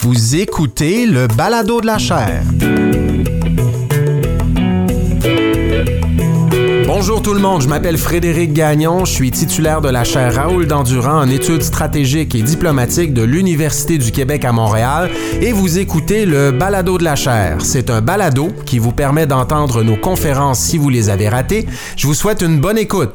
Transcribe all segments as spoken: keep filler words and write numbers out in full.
Vous écoutez le balado de la chaire. Bonjour tout le monde, je m'appelle Frédéric Gagnon, je suis titulaire de la chaire Raoul Dandurand en études stratégiques et diplomatiques de l'Université du Québec à Montréal et vous écoutez le balado de la chaire. C'est un balado qui vous permet d'entendre nos conférences si vous les avez ratées. Je vous souhaite une bonne écoute.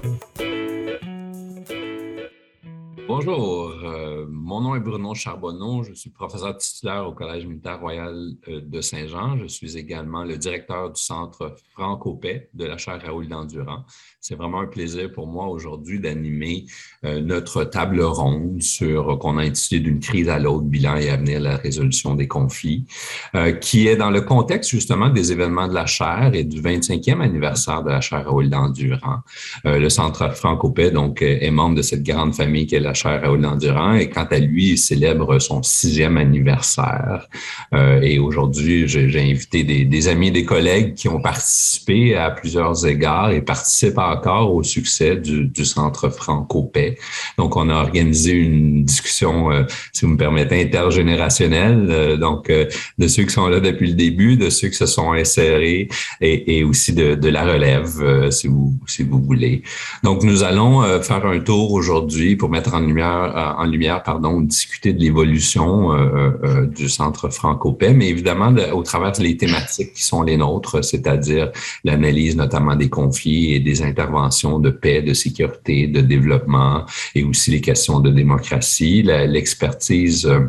Bonjour, euh, mon nom est Bruno Charbonneau, je suis professeur titulaire au Collège militaire royal de Saint-Jean. Je suis également le directeur du Centre Franco-Paix de la chaire Raoul Dandurand. C'est vraiment un plaisir pour moi aujourd'hui d'animer euh, notre table ronde sur qu'on a intitulé d'une crise à l'autre, bilan et avenir de la résolution des conflits, euh, qui est dans le contexte justement des événements de la chaire et du vingt-cinquième anniversaire de la chaire Raoul Dandurand. Euh, le Centre Franco-Paix donc est membre de cette grande famille qui est la chaire Raoul Dandurand et quant à lui, il célèbre son sixième anniversaire. Euh, et aujourd'hui, j'ai, j'ai invité des, des amis et des collègues qui ont participé à plusieurs égards et participent encore au succès du, du Centre Franco-Paix. Donc, on a organisé une discussion, euh, si vous me permettez, intergénérationnelle, euh, donc euh, de ceux qui sont là depuis le début, de ceux qui se sont insérés et, et aussi de, de la relève, euh, si vous, si vous voulez. Donc, nous allons euh, faire un tour aujourd'hui pour mettre en lumière, euh, en lumière, pardon, discuter de l'évolution euh, euh, du Centre Franco-Paix, mais évidemment de, au travers des thématiques qui sont les nôtres, c'est-à-dire l'analyse notamment des conflits et des interventions de paix, de sécurité, de développement et aussi les questions de démocratie, la, l'expertise euh,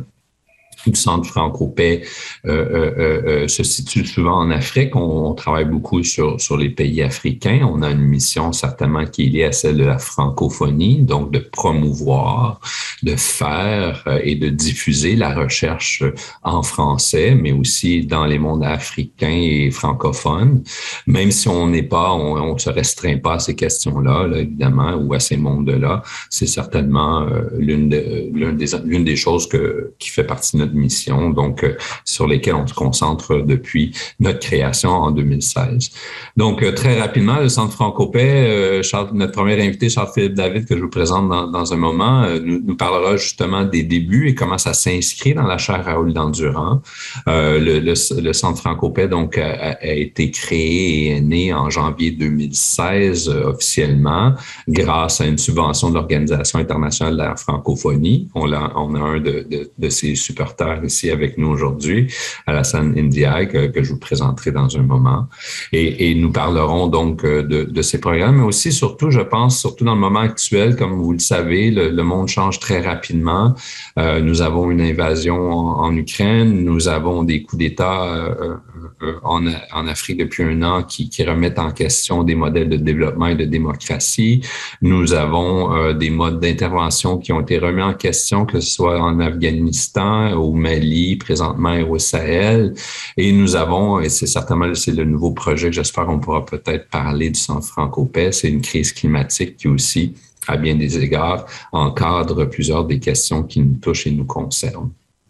du Centre Franco-Paix euh, euh, euh, se situe souvent en Afrique. On, on travaille beaucoup sur, sur les pays africains. On a une mission certainement qui est liée à celle de la francophonie, donc de promouvoir, de faire euh, et de diffuser la recherche en français, mais aussi dans les mondes africains et francophones. Même si on n'est pas, on ne se restreint pas à ces questions-là, là, évidemment, ou à ces mondes-là, c'est certainement euh, l'une, de, l'une, des, l'une des choses que, qui fait partie de notre mission, donc euh, sur lesquelles on se concentre depuis notre création en deux mille seize. Donc, euh, très rapidement, le Centre Franco-Paix, euh, Charles, notre premier invité, Charles-Philippe David, que je vous présente dans, dans un moment, euh, nous, nous parlera justement des débuts et comment ça s'inscrit dans la chaire Raoul Dandurand. Euh, le, le, le Centre Franco-Paix, donc, a, a été créé et est né en janvier deux mille seize euh, officiellement grâce à une subvention de l'Organisation internationale de la francophonie. On a, on a un de, de, de ses supporters ici avec nous aujourd'hui, Alassane Ndiaye, que, que je vous présenterai dans un moment. Et, et nous parlerons donc de, de ces programmes, mais aussi, surtout, je pense, surtout dans le moment actuel, comme vous le savez, le, le monde change très rapidement. Euh, nous avons une invasion en, en Ukraine, nous avons des coups d'État euh, euh, en, en Afrique depuis un an qui, qui remettent en question des modèles de développement et de démocratie. Nous avons euh, des modes d'intervention qui ont été remis en question, que ce soit en Afghanistan, au Mali, présentement et au Sahel. Et nous avons, et c'est certainement c'est le nouveau projet que j'espère qu'on pourra peut-être parler du Centre Franco-Paix, c'est une crise climatique qui aussi, à bien des égards, encadre plusieurs des questions qui nous touchent et nous concernent.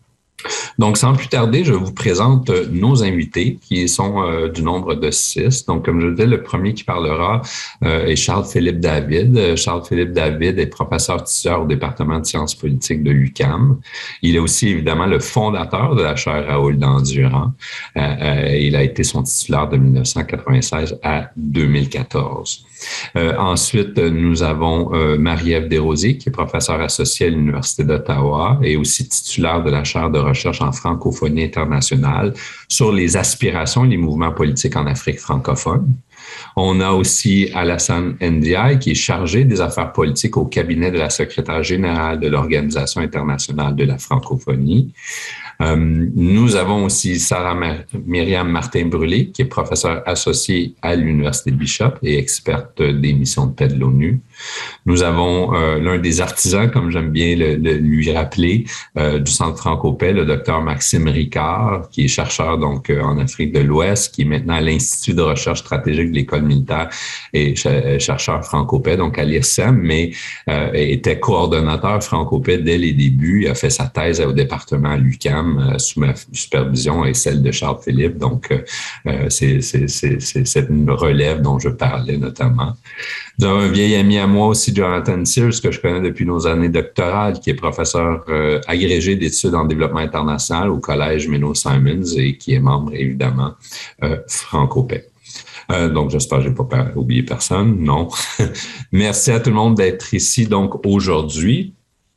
Donc, sans plus tarder, je vous présente nos invités qui sont euh, du nombre de six. Donc, comme je le disais, le premier qui parlera euh, est Charles-Philippe David. Charles-Philippe David est professeur titulaire au département de sciences politiques de l'U Q A M. Il est aussi évidemment le fondateur de la chaire Raoul Dandurand. Euh, euh, il a été son titulaire de dix-neuf cent quatre-vingt-seize à deux mille quatorze. Euh, ensuite, nous avons euh, Marie-Ève Desrosiers, qui est professeure associée à l'Université d'Ottawa et aussi titulaire de la chaire de recherche en francophonie internationale sur les aspirations et les mouvements politiques en Afrique francophone. On a aussi Alassane Ndiaye, qui est chargé des affaires politiques au cabinet de la secrétaire générale de l'Organisation internationale de la francophonie. Euh, nous avons aussi Sarah Myriam Martin-Brûlé, qui est professeure associée à l'Université de Bishop et experte des missions de paix de l'ONU. Nous avons euh, l'un des artisans, comme j'aime bien le, le, lui rappeler, euh, du Centre Franco-Paix, le docteur Maxime Ricard, qui est chercheur donc euh, en Afrique de l'Ouest, qui est maintenant à l'Institut de recherche stratégique de l'École militaire et ch- chercheur Franco-Paix, donc à l'I R S E M, mais euh, était coordonnateur Franco-Paix dès les débuts. Il a fait sa thèse au département à l'U Q A M programme euh, sous ma supervision est celle de Charles Philippe. Donc, euh, c'est, c'est, c'est, c'est cette relève dont je parlais notamment. Nous avons un vieil ami à moi aussi, Jonathan Sears, que je connais depuis nos années doctorales, qui est professeur euh, agrégé d'études en développement international au Collège Menno-Simons et qui est membre, évidemment, euh, Franco-Paix. Euh, donc, j'espère que je n'ai pas oublié personne. Non. Merci à tout le monde d'être ici, donc, aujourd'hui.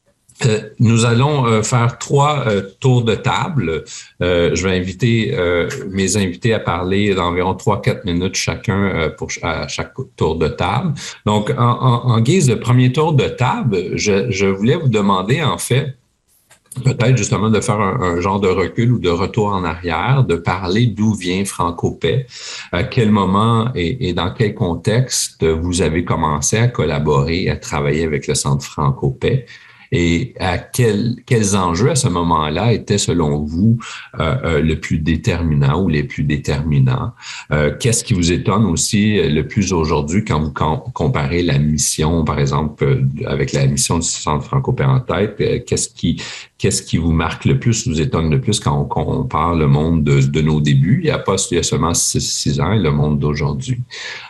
Euh, nous allons euh, faire trois euh, tours de table. Euh, je vais inviter euh, mes invités à parler d'environ trois quatre minutes chacun euh, pour à chaque tour de table. Donc, en, en, en guise de premier tour de table, je, je voulais vous demander, en fait, peut-être justement de faire un, un genre de recul ou de retour en arrière, de parler d'où vient Franco-Paix, à quel moment et, et dans quel contexte vous avez commencé à collaborer, à travailler avec le Centre Franco-Paix. Et à quel, quels enjeux à ce moment-là étaient, selon vous, euh, euh, le plus déterminant ou les plus déterminants? Euh, qu'est-ce qui vous étonne aussi le plus aujourd'hui quand vous comparez la mission, par exemple, avec la mission du Centre Franco-Paix en tête? Qu'est-ce qui, qu'est-ce qui vous marque le plus, vous étonne le plus quand on compare le monde de, de nos débuts, il y a pas, il y a seulement six, six ans, et le monde d'aujourd'hui?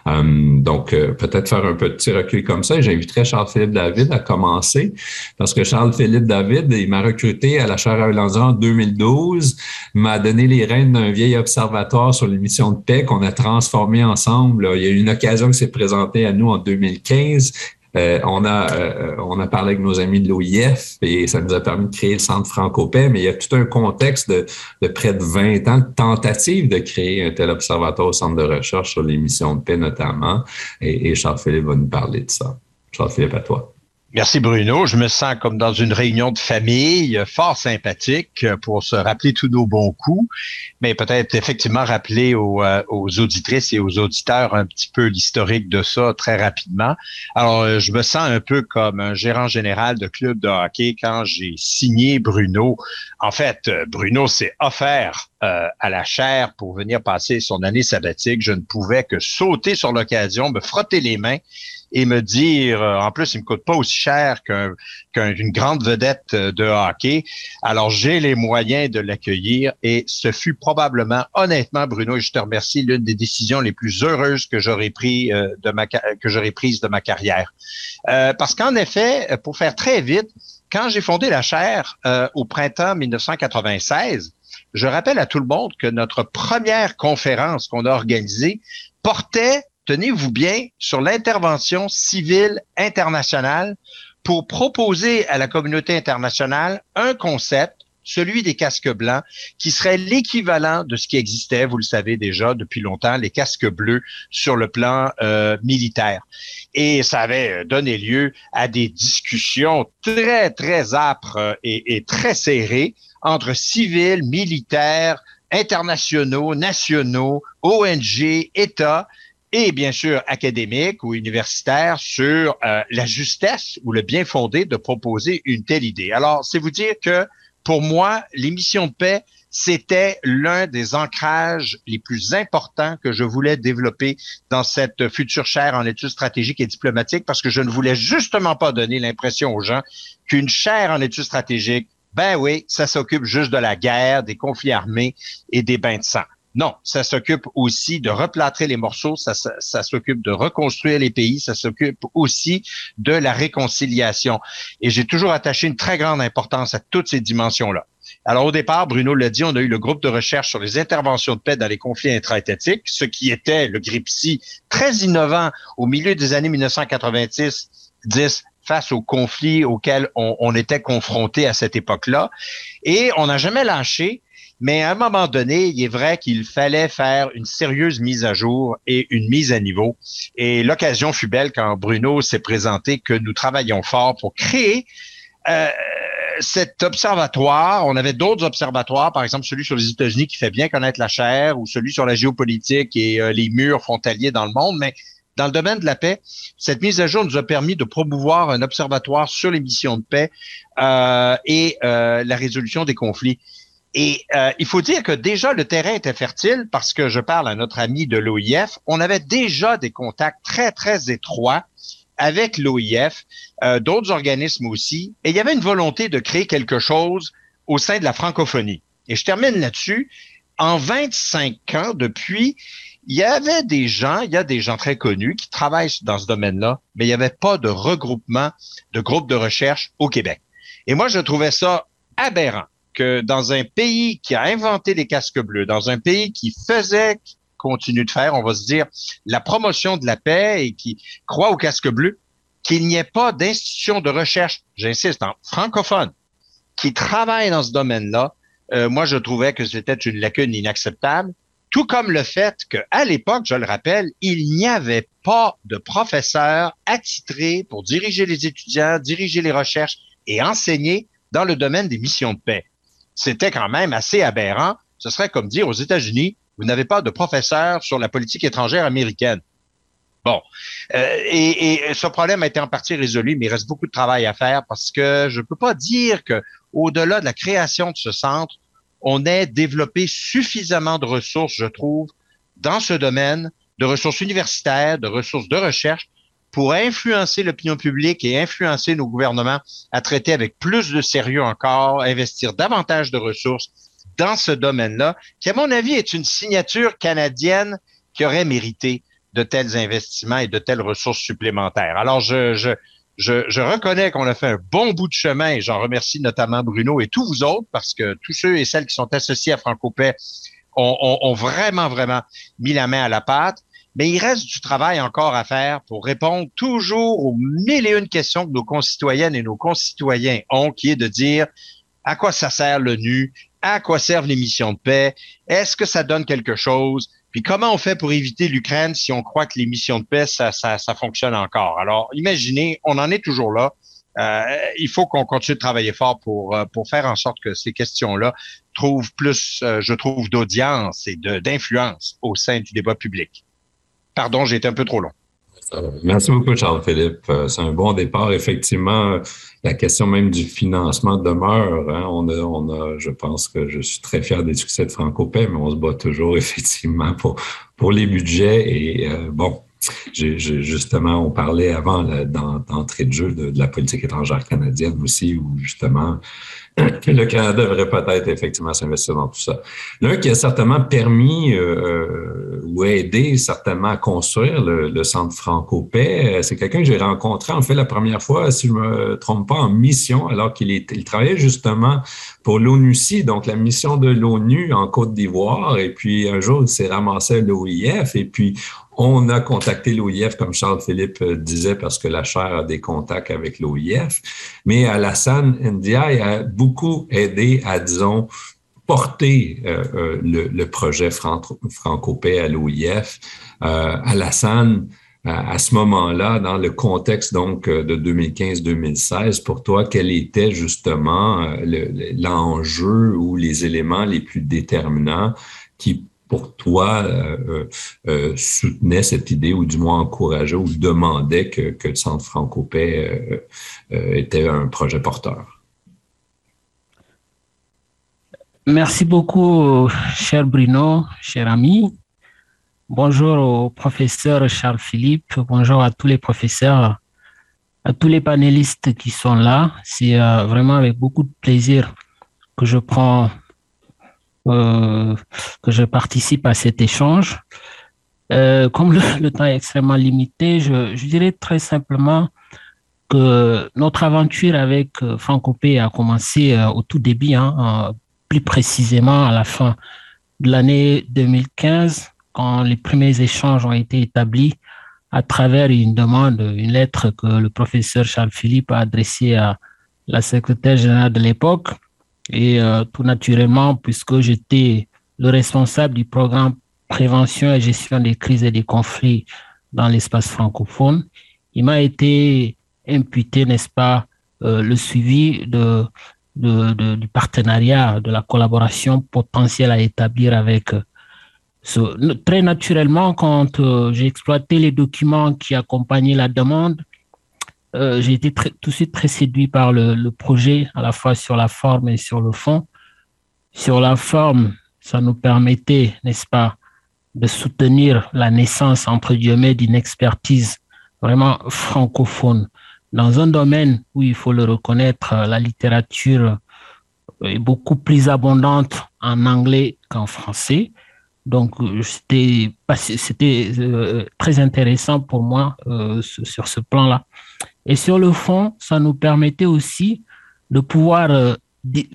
Um, donc, euh, peut-être faire un petit recul comme ça. Et j'inviterais Charles-Philippe David à commencer, parce que Charles-Philippe David, il m'a recruté à la chaire Raoul Dandurand en deux mille douze, m'a donné les rênes d'un vieil observatoire sur les missions de paix qu'on a transformé ensemble. Là. Il y a eu une occasion qui s'est présentée à nous en deux mille quinze. Euh, on a euh, on a parlé avec nos amis de l'O I F et ça nous a permis de créer le Centre Franco-Paix, mais il y a tout un contexte de, de près de vingt ans de tentative de créer un tel observatoire au Centre de recherche sur les missions de paix notamment. Et, et Charles-Philippe va nous parler de ça. Charles-Philippe, à toi. Merci Bruno. Je me sens comme dans une réunion de famille, fort sympathique pour se rappeler tous nos bons coups, mais peut-être effectivement rappeler aux, euh, aux auditrices et aux auditeurs un petit peu l'historique de ça très rapidement. Alors, je me sens un peu comme un gérant général de club de hockey quand j'ai signé Bruno. En fait, Bruno s'est offert euh, à la chaire pour venir passer son année sabbatique. Je ne pouvais que sauter sur l'occasion, me frotter les mains et me dire, euh, en plus, il me coûte pas aussi cher qu'un, qu'une grande vedette de hockey. Alors, j'ai les moyens de l'accueillir et ce fut probablement, honnêtement, Bruno, et je te remercie, l'une des décisions les plus heureuses que j'aurais pris euh, de ma que j'aurais prises de ma carrière. Euh, parce qu'en effet, pour faire très vite, quand j'ai fondé la chaire euh, au printemps dix-neuf cent quatre-vingt-seize, je rappelle à tout le monde que notre première conférence qu'on a organisée portait, tenez-vous bien, sur l'intervention civile internationale pour proposer à la communauté internationale un concept, celui des casques blancs, qui serait l'équivalent de ce qui existait, vous le savez déjà depuis longtemps, les casques bleus sur le plan euh, militaire. Et ça avait donné lieu à des discussions très, très âpres et, et très serrées entre civils, militaires, internationaux, nationaux, O N G, États, et bien sûr académique ou universitaire sur euh, la justesse ou le bien fondé de proposer une telle idée. Alors, c'est vous dire que pour moi, les missions de paix, c'était l'un des ancrages les plus importants que je voulais développer dans cette future chaire en études stratégiques et diplomatiques, parce que je ne voulais justement pas donner l'impression aux gens qu'une chaire en études stratégiques, ben oui, ça s'occupe juste de la guerre, des conflits armés et des bains de sang. Non, ça s'occupe aussi de replâtrer les morceaux, ça, ça, ça s'occupe de reconstruire les pays, ça s'occupe aussi de la réconciliation. Et j'ai toujours attaché une très grande importance à toutes ces dimensions-là. Alors au départ, Bruno l'a dit, on a eu le groupe de recherche sur les interventions de paix dans les conflits intra-étatiques, ce qui était le GRIPSI très innovant au milieu des années dix-neuf cent quatre-vingt-dix face aux conflits auxquels on, on était confronté à cette époque-là. Et on n'a jamais lâché. Mais à un moment donné, il est vrai qu'il fallait faire une sérieuse mise à jour et une mise à niveau. Et l'occasion fut belle quand Bruno s'est présenté que nous travaillions fort pour créer euh, cet observatoire. On avait d'autres observatoires, par exemple celui sur les États-Unis qui fait bien connaître la chaire, ou celui sur la géopolitique et euh, les murs frontaliers dans le monde. Mais dans le domaine de la paix, cette mise à jour nous a permis de promouvoir un observatoire sur les missions de paix euh, et euh, la résolution des conflits. Et euh, il faut dire que déjà le terrain était fertile parce que je parle à notre ami de l'O I F. On avait déjà des contacts très, très étroits avec l'O I F, euh, d'autres organismes aussi. Et il y avait une volonté de créer quelque chose au sein de la francophonie. Et je termine là-dessus. En vingt-cinq ans, depuis, il y avait des gens, il y a des gens très connus qui travaillent dans ce domaine-là, mais il n'y avait pas de regroupement de groupes de recherche au Québec. Et moi, je trouvais ça aberrant que dans un pays qui a inventé les casques bleus, dans un pays qui faisait, qui continue de faire, on va se dire, la promotion de la paix et qui croit aux casques bleus, qu'il n'y ait pas d'institution de recherche, j'insiste, en francophone, qui travaille dans ce domaine-là. Euh, moi, je trouvais que c'était une lacune inacceptable, tout comme le fait qu'à l'époque, je le rappelle, il n'y avait pas de professeurs attitrés pour diriger les étudiants, diriger les recherches et enseigner dans le domaine des missions de paix. C'était quand même assez aberrant. Ce serait comme dire aux États-Unis, vous n'avez pas de professeur sur la politique étrangère américaine. Bon, euh, et, et ce problème a été en partie résolu, mais il reste beaucoup de travail à faire parce que je ne peux pas dire que, au-delà de la création de ce centre, on ait développé suffisamment de ressources, je trouve, dans ce domaine, de ressources universitaires, de ressources de recherche, pour influencer l'opinion publique et influencer nos gouvernements à traiter avec plus de sérieux encore, investir davantage de ressources dans ce domaine-là, qui, à mon avis, est une signature canadienne qui aurait mérité de tels investissements et de telles ressources supplémentaires. Alors, je, je, je, je reconnais qu'on a fait un bon bout de chemin et j'en remercie notamment Bruno et tous vous autres parce que tous ceux et celles qui sont associés à Franco-Paix ont, ont, ont vraiment, vraiment mis la main à la pâte. Mais il reste du travail encore à faire pour répondre toujours aux mille et une questions que nos concitoyennes et nos concitoyens ont, qui est de dire à quoi ça sert l'ONU, à quoi servent les missions de paix, est-ce que ça donne quelque chose? Puis comment on fait pour éviter l'Ukraine si on croit que les missions de paix, ça, ça, ça fonctionne encore? Alors, imaginez, on en est toujours là. Euh, il faut qu'on continue de travailler fort pour, pour faire en sorte que ces questions-là trouvent plus, euh, je trouve, d'audience et de, d'influence au sein du débat public. Pardon, j'ai été un peu trop long. Merci beaucoup, Charles-Philippe. C'est un bon départ. Effectivement, la question même du financement demeure. Hein. On a, on a, je pense que je suis très fier des succès de Franco-Paix, mais on se bat toujours effectivement pour, pour les budgets. Et euh, bon, j'ai, j'ai, justement, on parlait avant là, dans, d'entrée de jeu de, de la politique étrangère canadienne aussi, où justement, le Canada devrait peut-être effectivement s'investir dans tout ça. L'un qui a certainement permis euh, ou aidé certainement à construire le, le Centre Franco-Paix, c'est quelqu'un que j'ai rencontré en fait la première fois, si je me trompe pas, en mission, alors qu'il est, il travaillait justement pour l'ONUCI, donc la mission de l'ONU en Côte d'Ivoire. Et puis un jour, il s'est ramassé à l'O I F et puis on a contacté l'O I F, comme Charles-Philippe disait, parce que la chaire a des contacts avec l'O I F. Mais Alassane Ndiaye a beaucoup aidé à, disons, porter euh, le, le projet Franco-Paix à l'O I F. Euh, Alassane, à, à ce moment-là, dans le contexte donc de deux mille quinze deux mille seize, pour toi, quel était justement le, l'enjeu ou les éléments les plus déterminants qui pour toi, euh, euh, soutenait cette idée ou du moins encourageait ou demandait que, que le Centre Franco-Paix euh, euh, était un projet porteur? Merci beaucoup, cher Bruno, cher ami. Bonjour au professeur Charles-Philippe, bonjour à tous les professeurs, à tous les panélistes qui sont là. C'est euh, vraiment avec beaucoup de plaisir que je prends Euh, que je participe à cet échange. Euh, comme le, le temps est extrêmement limité, je, je dirais très simplement que notre aventure avec euh, Franco-Paix a commencé euh, au tout début, hein, euh, plus précisément à la fin de l'année deux mille quinze, quand les premiers échanges ont été établis à travers une demande, une lettre que le professeur Charles-Philippe a adressée à la secrétaire générale de l'époque. Et euh, tout naturellement, puisque j'étais le responsable du programme prévention et gestion des crises et des conflits dans l'espace francophone, il m'a été imputé, n'est-ce pas, euh, le suivi de, de, de, du partenariat, de la collaboration potentielle à établir avec euh, ce. Très naturellement, quand euh, j'ai exploité les documents qui accompagnaient la demande, Euh, j'ai été très, tout de suite très séduit par le, le projet, à la fois sur la forme et sur le fond. Sur la forme, ça nous permettait, n'est-ce pas, de soutenir la naissance, entre guillemets, d'une expertise vraiment francophone dans un domaine où, il faut le reconnaître, la littérature est beaucoup plus abondante en anglais qu'en français. Donc, c'était, c'était euh, très intéressant pour moi euh, sur ce plan-là. Et sur le fond, ça nous permettait aussi de pouvoir euh, di-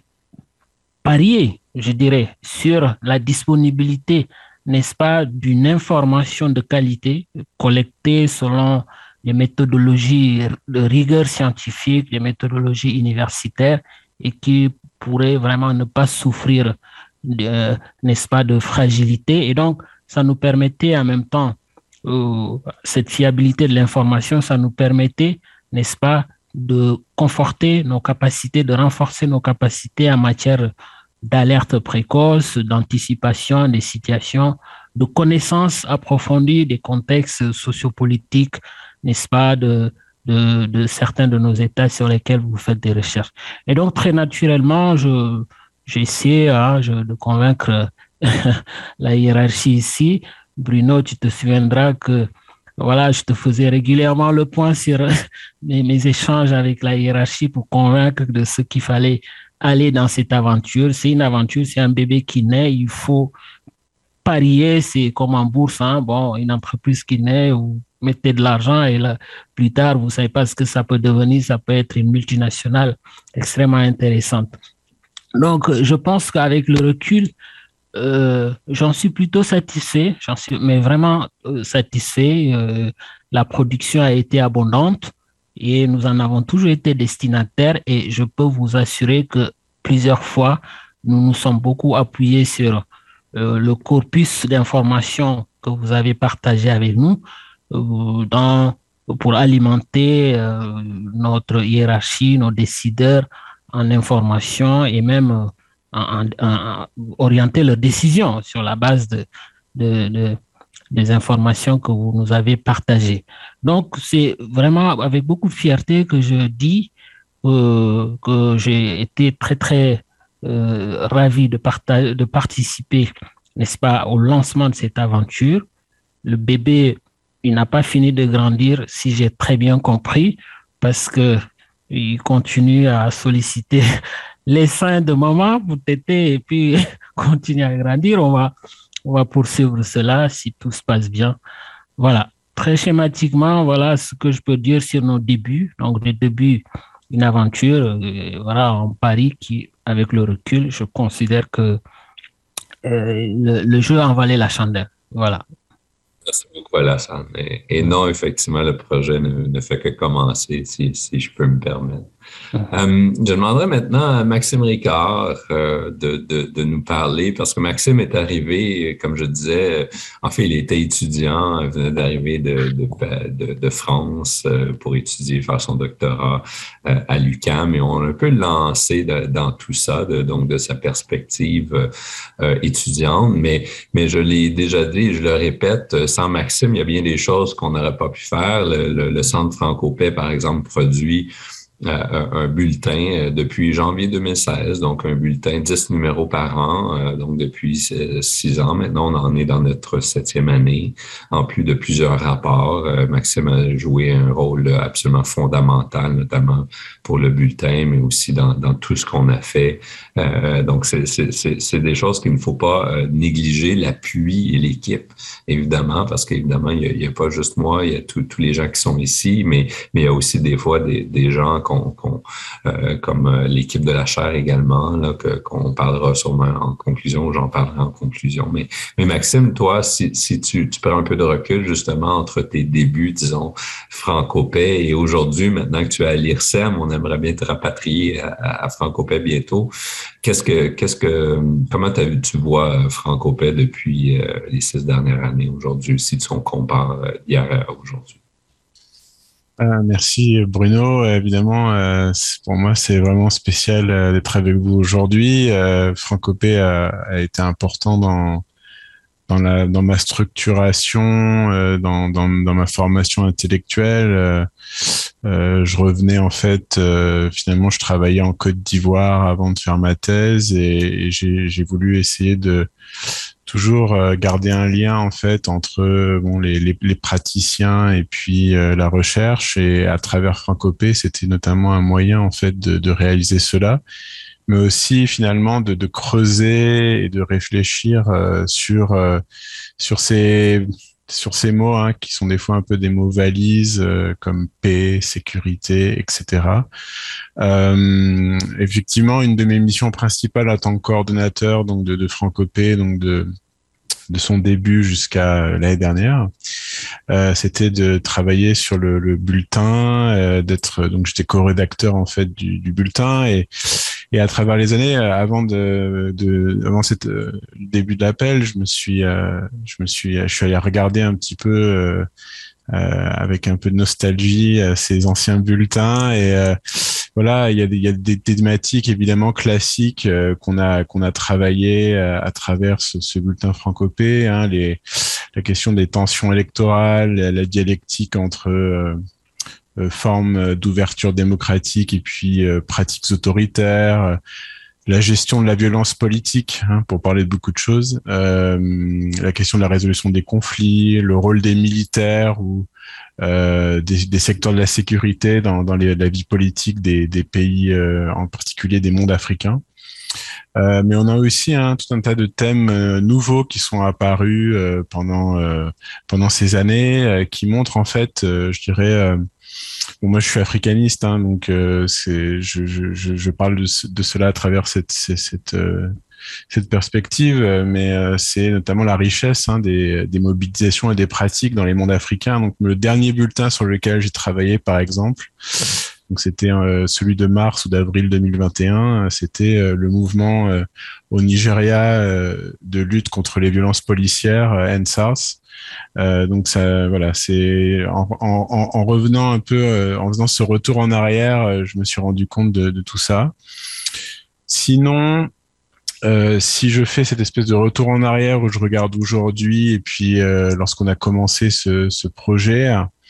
parier, je dirais, sur la disponibilité, n'est-ce pas, d'une information de qualité collectée selon les méthodologies de rigueur scientifique, les méthodologies universitaires et qui pourrait vraiment ne pas souffrir, de, n'est-ce pas, de fragilité. Et donc, ça nous permettait en même temps, euh, cette fiabilité de l'information, ça nous permettait, n'est-ce pas, de conforter nos capacités, de renforcer nos capacités en matière d'alerte précoce, d'anticipation des situations, de connaissance approfondie des contextes sociopolitiques, n'est-ce pas, de, de, de certains de nos États sur lesquels vous faites des recherches. Et donc, très naturellement, je, j'ai essayé hein, je, de convaincre la hiérarchie ici. Bruno, tu te souviendras que voilà, je te faisais régulièrement le point sur mes, mes échanges avec la hiérarchie pour convaincre de ce qu'il fallait aller dans cette aventure. C'est une aventure, c'est un bébé qui naît, il faut parier, c'est comme en bourse, hein. Bon, une entreprise qui naît, vous mettez de l'argent et là, plus tard, vous ne savez pas ce que ça peut devenir, ça peut être une multinationale extrêmement intéressante. Donc, je pense qu'avec le recul, euh, j'en suis plutôt satisfait, j'en suis, mais vraiment euh, satisfait. Euh, la production a été abondante et nous en avons toujours été destinataires et je peux vous assurer que plusieurs fois, nous nous sommes beaucoup appuyés sur euh, le corpus d'informations que vous avez partagé avec nous euh, dans, pour alimenter euh, notre hiérarchie, nos décideurs en information et même euh, en, en, en orienter leurs décisions sur la base de, de, de, des informations que vous nous avez partagées. Donc, c'est vraiment avec beaucoup de fierté que je dis euh, que j'ai été très, très euh, ravi de, parta- de participer, n'est-ce pas, au lancement de cette aventure. Le bébé, il n'a pas fini de grandir, si j'ai très bien compris, parce que il continue à solliciter les seins de maman pour téter et puis continuer à grandir. On va, on va poursuivre cela si tout se passe bien. Voilà. Très schématiquement, voilà ce que je peux dire sur nos débuts. Donc, les débuts d'une aventure, euh, voilà, en Paris qui, avec le recul, je considère que euh, le, le jeu en valait la chandelle. Voilà. Merci beaucoup, Alassane. Et, et non, effectivement, le projet ne, ne fait que commencer, si, si je peux me permettre. Euh, je demanderais maintenant à Maxime Ricard euh, de, de, de nous parler, parce que Maxime est arrivé, comme je disais, en fait, il était étudiant, il venait d'arriver de, de, de, de France euh, pour étudier, faire son doctorat euh, à l'U Q A M, et on a un peu lancé de, dans tout ça, de, donc de sa perspective euh, étudiante, mais, mais je l'ai déjà dit, je le répète, sans Maxime, il y a bien des choses qu'on n'aurait pas pu faire. Le, le, le Centre Franco-Paix, par exemple, produit Euh, un bulletin euh, depuis janvier deux mille seize, donc un bulletin dix numéros par an, euh, donc depuis six ans. Maintenant, on en est dans notre septième année, en plus de plusieurs rapports. Euh, Maxime a joué un rôle absolument fondamental, notamment pour le bulletin, mais aussi dans, dans tout ce qu'on a fait. Euh, donc, c'est, c'est, c'est, c'est des choses qu'il ne faut pas euh, négliger, l'appui et l'équipe, évidemment, parce qu'évidemment, il n'y a, il y a pas juste moi, il y a tous les gens qui sont ici, mais, mais il y a aussi des fois des, des gens qu'on Qu'on, qu'on, euh, comme euh, l'équipe de la chaire également, là, que, qu'on parlera sûrement en conclusion, j'en parlerai en conclusion. Mais, mais Maxime, toi, si, si tu, tu prends un peu de recul justement entre tes débuts, disons, Franco-Paix et aujourd'hui, maintenant que tu es à l'I R S E M, on aimerait bien te rapatrier à, à Franco-Paix bientôt. Qu'est-ce que, qu'est-ce que, comment t'as, tu vois Franco-Paix depuis euh, les six dernières années aujourd'hui, si tu, on compare euh, d'hier à aujourd'hui? Euh, merci Bruno. Euh, évidemment, euh, pour moi, c'est vraiment spécial euh, d'être avec vous aujourd'hui. Euh, Franco-Paix a, a été important dans dans la dans ma structuration, euh, dans, dans dans ma formation intellectuelle. Euh, euh, je revenais en fait, euh, finalement, je travaillais en Côte d'Ivoire avant de faire ma thèse et, et j'ai j'ai voulu essayer de toujours garder un lien en fait entre bon les les, les praticiens et puis euh, la recherche, et à travers Franco-Paix, c'était notamment un moyen en fait de, de réaliser cela, mais aussi finalement de, de creuser et de réfléchir euh, sur euh, sur ces sur ces mots hein, qui sont des fois un peu des mots valises euh, comme paix, sécurité, et cetera. Euh, effectivement, une de mes missions principales en tant que coordonnateur donc de, de Francopé, donc de de son début jusqu'à l'année dernière, euh, c'était de travailler sur le, le bulletin, euh, d'être donc j'étais co-rédacteur en fait du, du bulletin et et à travers les années, avant de, de avant cette euh, le début de l'appel, je me suis euh, je me suis je suis allé regarder un petit peu euh, euh, avec un peu de nostalgie euh, ces anciens bulletins et euh, voilà, il y a des, il y a des thématiques évidemment classiques euh, qu'on a qu'on a travaillé euh, à travers ce, ce bulletin Francopé, hein, les la question des tensions électorales, la, la dialectique entre euh, euh, formes d'ouverture démocratique et puis euh, pratiques autoritaires, euh, la gestion de la violence politique, hein, pour parler de beaucoup de choses, euh, la question de la résolution des conflits, le rôle des militaires ou Euh, des, des secteurs de la sécurité dans, dans les, la vie politique des, des pays, euh, en particulier des mondes africains. Euh, mais on a aussi hein, tout un tas de thèmes euh, nouveaux qui sont apparus euh, pendant euh, pendant ces années, euh, qui montrent en fait, euh, je dirais, euh, bon, moi je suis africaniste, hein, donc euh, c'est, je, je, je parle de, ce, de cela à travers cette cette, cette euh, cette perspective, mais euh, c'est notamment la richesse hein, des, des mobilisations et des pratiques dans les mondes africains. Donc le dernier bulletin sur lequel j'ai travaillé, par exemple, donc c'était euh, celui de mars ou d'avril deux mille vingt et un, c'était euh, le mouvement euh, au Nigeria euh, de lutte contre les violences policières, euh, N S A R S. Euh, donc ça, voilà, c'est en, en, en revenant un peu, euh, en faisant ce retour en arrière, euh, je me suis rendu compte de, de tout ça. Sinon, Euh, si je fais cette espèce de retour en arrière où je regarde aujourd'hui et puis euh, lorsqu'on a commencé ce, ce projet,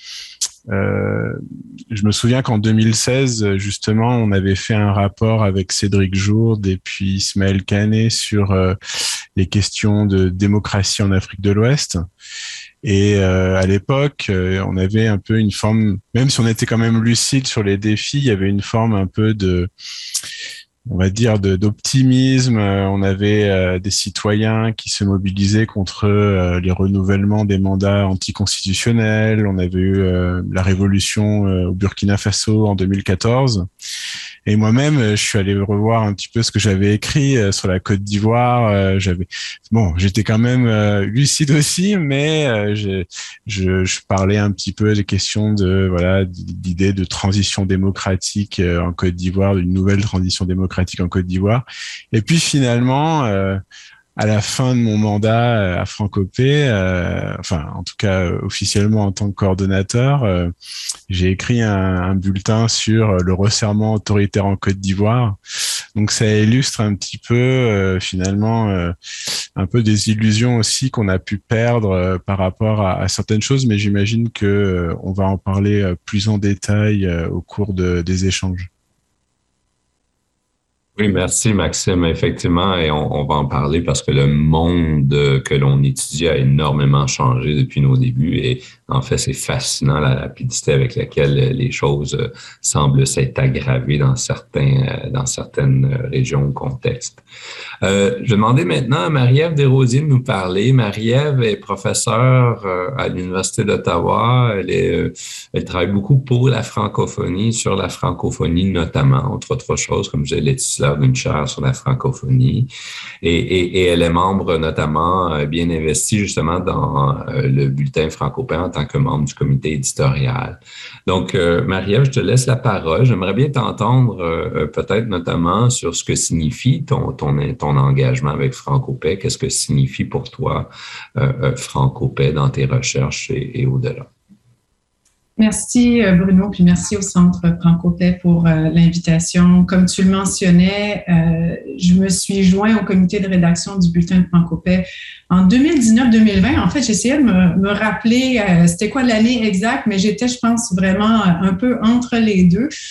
euh, je me souviens qu'en deux mille seize, justement, on avait fait un rapport avec Cédric Jourde et puis Ismaël Kané sur euh, les questions de démocratie en Afrique de l'Ouest. Et euh, à l'époque, euh, on avait un peu une forme, même si on était quand même lucide sur les défis, il y avait une forme un peu de on va dire de, d'optimisme. On avait euh, des citoyens qui se mobilisaient contre euh, les renouvellements des mandats anticonstitutionnels. On avait eu euh, la révolution euh, au Burkina Faso en deux mille quatorze. Et moi-même, je suis allé revoir un petit peu ce que j'avais écrit euh, sur la Côte d'Ivoire. Euh, j'avais, bon, j'étais quand même euh, lucide aussi, mais euh, je, je, je parlais un petit peu des questions de voilà d'idées de transition démocratique euh, en Côte d'Ivoire, d'une nouvelle transition démocratique en Côte d'Ivoire. Et puis finalement, euh, à la fin de mon mandat à Francopé, euh, enfin en tout cas euh, officiellement en tant que coordonnateur, euh, j'ai écrit un, un bulletin sur le resserrement autoritaire en Côte d'Ivoire. Donc ça illustre un petit peu euh, finalement euh, un peu des illusions aussi qu'on a pu perdre euh, par rapport à, à certaines choses, mais j'imagine que euh, on va en parler euh, plus en détail euh, au cours de, des échanges. Oui, merci Maxime. Effectivement, et on, on va en parler parce que le monde que l'on étudie a énormément changé depuis nos débuts et en fait, c'est fascinant la rapidité avec laquelle les choses semblent s'être aggravées dans certains, dans certaines régions ou contextes. Euh, je vais demander maintenant à Marie-Ève Desrosiers de nous parler. Marie-Ève est professeure à l'Université d'Ottawa. Elle, est, elle travaille beaucoup pour la francophonie, sur la francophonie notamment, entre autres choses, comme je l'ai dit, d'une chaire sur la francophonie et, et, et elle est membre notamment euh, bien investie justement dans euh, le bulletin Francopé en tant que membre du comité éditorial. Donc, euh, Marie-Ève, je te laisse la parole. J'aimerais bien t'entendre euh, peut-être notamment sur ce que signifie ton, ton, ton engagement avec Francopé. Qu'est-ce que signifie pour toi euh, Francopé dans tes recherches et, et au-delà? Merci Bruno, puis merci au Centre Francopé pour euh, l'invitation. Comme tu le mentionnais, euh, je me suis joint au comité de rédaction du bulletin de Francopé en deux mille dix-neuf deux mille vingt. En fait, j'essayais de me, me rappeler euh, c'était quoi l'année exacte, mais j'étais, je pense, vraiment un peu entre les deux.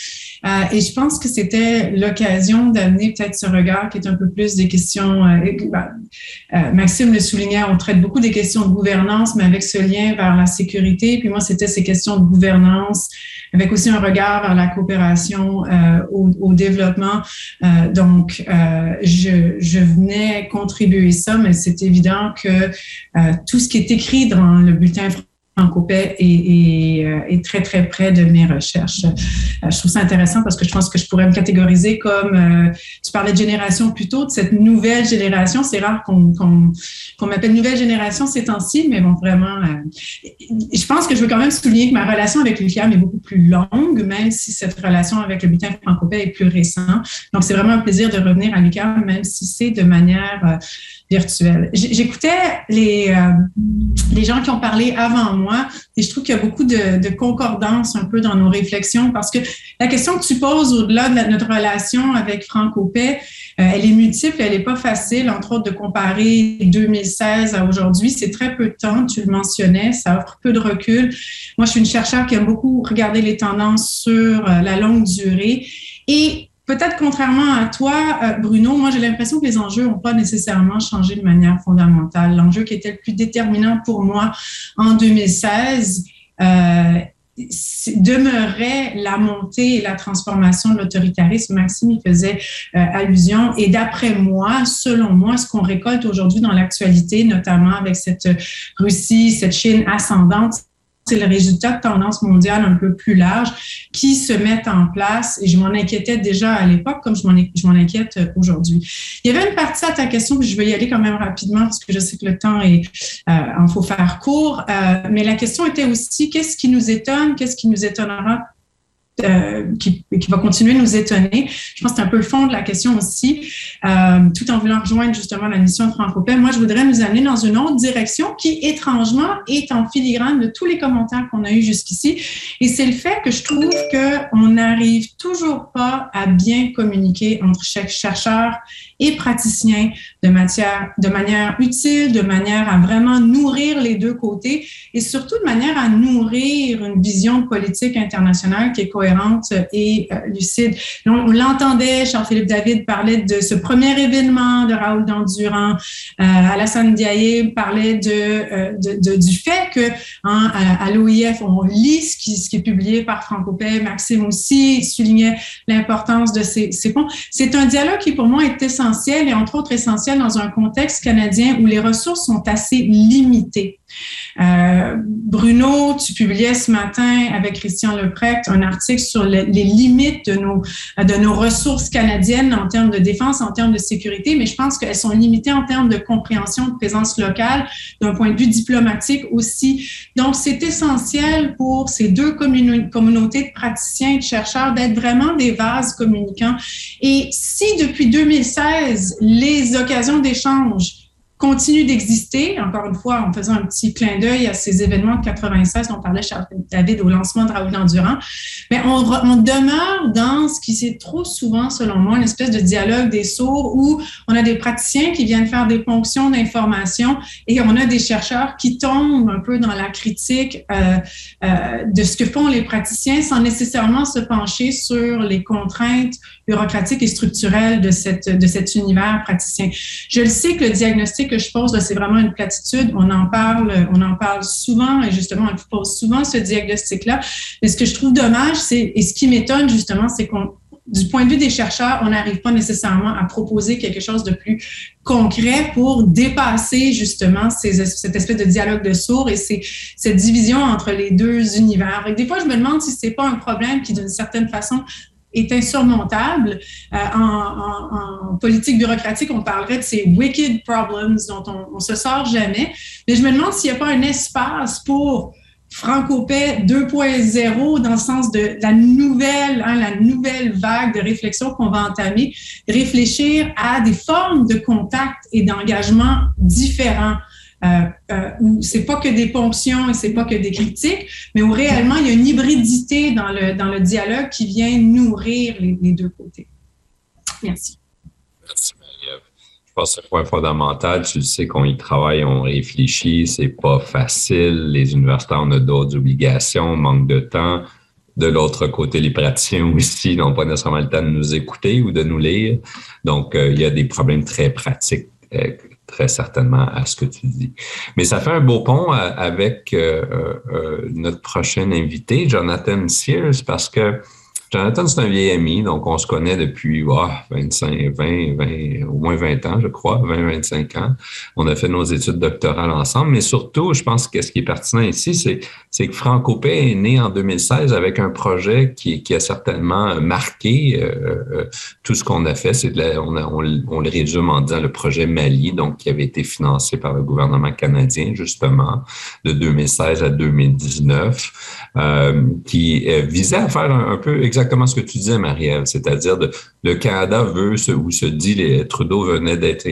Euh, et je pense que c'était l'occasion d'amener peut-être ce regard qui est un peu plus des questions, euh, euh, Maxime le soulignait, on traite beaucoup des questions de gouvernance, mais avec ce lien vers la sécurité. Puis moi, c'était ces questions de gouvernance, avec aussi un regard vers la coopération euh, au, au développement. Euh, donc, euh, je, je venais contribuer ça, mais c'est évident que euh, tout ce qui est écrit dans le bulletin Francopais est, est, est très, très près de mes recherches. Euh, je trouve ça intéressant parce que je pense que je pourrais me catégoriser comme, euh, tu parlais de génération plus tôt, de cette nouvelle génération. C'est rare qu'on, qu'on, qu'on m'appelle nouvelle génération ces temps-ci, mais bon, vraiment, euh, je pense que je veux quand même souligner que ma relation avec l'U Q A M est beaucoup plus longue, même si cette relation avec le bulletin Francopais est plus récente. Donc, c'est vraiment un plaisir de revenir à l'U Q A M, même si c'est de manière euh, virtuelle. J'écoutais les, euh, les gens qui ont parlé avant moi et je trouve qu'il y a beaucoup de, de concordance un peu dans nos réflexions parce que la question que tu poses au-delà de la, notre relation avec Francopais, euh, elle est multiple, elle n'est pas facile, entre autres de comparer deux mille seize à aujourd'hui. C'est très peu de temps, tu le mentionnais, ça offre peu de recul. Moi, je suis une chercheure qui aime beaucoup regarder les tendances sur euh, la longue durée et peut-être contrairement à toi, Bruno, moi j'ai l'impression que les enjeux n'ont pas nécessairement changé de manière fondamentale. L'enjeu qui était le plus déterminant pour moi en deux mille seize euh, demeurait la montée et la transformation de l'autoritarisme. Maxime y faisait euh, allusion. Et d'après moi, selon moi, ce qu'on récolte aujourd'hui dans l'actualité, notamment avec cette Russie, cette Chine ascendante, c'est le résultat de tendances mondiales un peu plus larges qui se mettent en place. Et je m'en inquiétais déjà à l'époque, comme je m'en, je m'en inquiète aujourd'hui. Il y avait une partie à ta question, puis je vais y aller quand même rapidement parce que je sais que le temps est, euh, il faut faire court. Euh, mais la question était aussi, qu'est-ce qui nous étonne, qu'est-ce qui nous étonnera Euh, qui, qui va continuer de nous étonner. Je pense que c'est un peu le fond de la question aussi, euh, tout en voulant rejoindre justement la mission de Francopais. Moi, je voudrais nous amener dans une autre direction qui, étrangement, est en filigrane de tous les commentaires qu'on a eus jusqu'ici. Et c'est le fait que je trouve qu'on n'arrive toujours pas à bien communiquer entre chaque chercheur et praticien de, matière, de manière utile, de manière à vraiment nourrir les deux côtés et surtout de manière à nourrir une vision politique internationale qui est cohérente et euh, lucide. On, on l'entendait, Charles-Philippe David parlait de ce premier événement de Raoul Dandurand, euh, Alassane Diaye parlait de, euh, de, de, du fait que hein, à, à l'O I F, on lit ce qui, ce qui est publié par Francopais, Maxime aussi soulignait l'importance de ces, ces ponts. C'est un dialogue qui pour moi est essentiel et entre autres essentiel dans un contexte canadien où les ressources sont assez limitées. Euh, Bruno, tu publiais ce matin avec Christian Leprecht un article sur le, les limites de nos, de nos ressources canadiennes en termes de défense, en termes de sécurité, mais je pense qu'elles sont limitées en termes de compréhension de présence locale, d'un point de vue diplomatique aussi. Donc, c'est essentiel pour ces deux commun- communautés de praticiens et de chercheurs d'être vraiment des vases communicants. Et si depuis deux mille seize, les occasions d'échange continue d'exister, encore une fois, en faisant un petit clin d'œil à ces événements de quatre-vingt-seize dont parlait Charles David au lancement de Raoul Dandurand, mais on, on demeure dans ce qui c'est trop souvent, selon moi, une espèce de dialogue des sourds où on a des praticiens qui viennent faire des ponctions d'informations et on a des chercheurs qui tombent un peu dans la critique euh, euh, de ce que font les praticiens sans nécessairement se pencher sur les contraintes bureaucratiques et structurelles de, cette, de cet univers praticien. Je le sais que le diagnostic que je pose, là, c'est vraiment une platitude. On en parle, on en parle souvent et justement, on pose souvent ce diagnostic-là. Mais ce que je trouve dommage, c'est, et ce qui m'étonne justement, c'est qu'on, du point de vue des chercheurs, on n'arrive pas nécessairement à proposer quelque chose de plus concret pour dépasser justement ces, cette espèce de dialogue de sourds et ces, cette division entre les deux univers. Et des fois, je me demande si c'est pas un problème qui, d'une certaine façon, est insurmontable. Euh, en, en, en politique bureaucratique, on parlerait de ces wicked problems dont on ne se sort jamais. Mais je me demande s'il n'y a pas un espace pour Francopais deux point zéro dans le sens de la nouvelle, hein, la nouvelle vague de réflexion qu'on va entamer, réfléchir à des formes de contact et d'engagement différents. Euh, euh, où c'est pas que des ponctions et c'est pas que des critiques, mais où réellement il y a une hybridité dans le, dans le dialogue qui vient nourrir les, les deux côtés. Merci. Merci, Marie-Ève. Je pense que c'est un point fondamental. Tu le sais qu'on y travaille, on réfléchit, c'est pas facile. Les universitaires, on a d'autres obligations, manque de temps. de l'autre côté, les praticiens aussi n'ont pas nécessairement le temps de nous écouter ou de nous lire. Donc, euh, il y a des problèmes très pratiques, euh, très certainement, à ce que tu dis. Mais ça fait un beau pont à, avec euh, euh, notre prochain invité, Jonathan Sears, parce que Jonathan, c'est un vieil ami, donc on se connaît depuis oh, vingt-cinq, vingt, vingt, au moins vingt ans, je crois, vingt, vingt-cinq ans. On a fait nos études doctorales ensemble, mais surtout, je pense que ce qui est pertinent ici, c'est, c'est que Francopais est né en deux mille seize avec un projet qui, qui a certainement marqué euh, euh, tout ce qu'on a fait. C'est de la, on, a, on, on le résume en disant le projet Mali, donc qui avait été financé par le gouvernement canadien, justement, de deux mille seize à deux mille dix-neuf, euh, qui euh, visait à faire un, un peu exactement exactement ce que tu disais, Marie-Ève, c'est-à-dire de, le Canada veut, ce, ou se dit, les, Trudeau venait d'être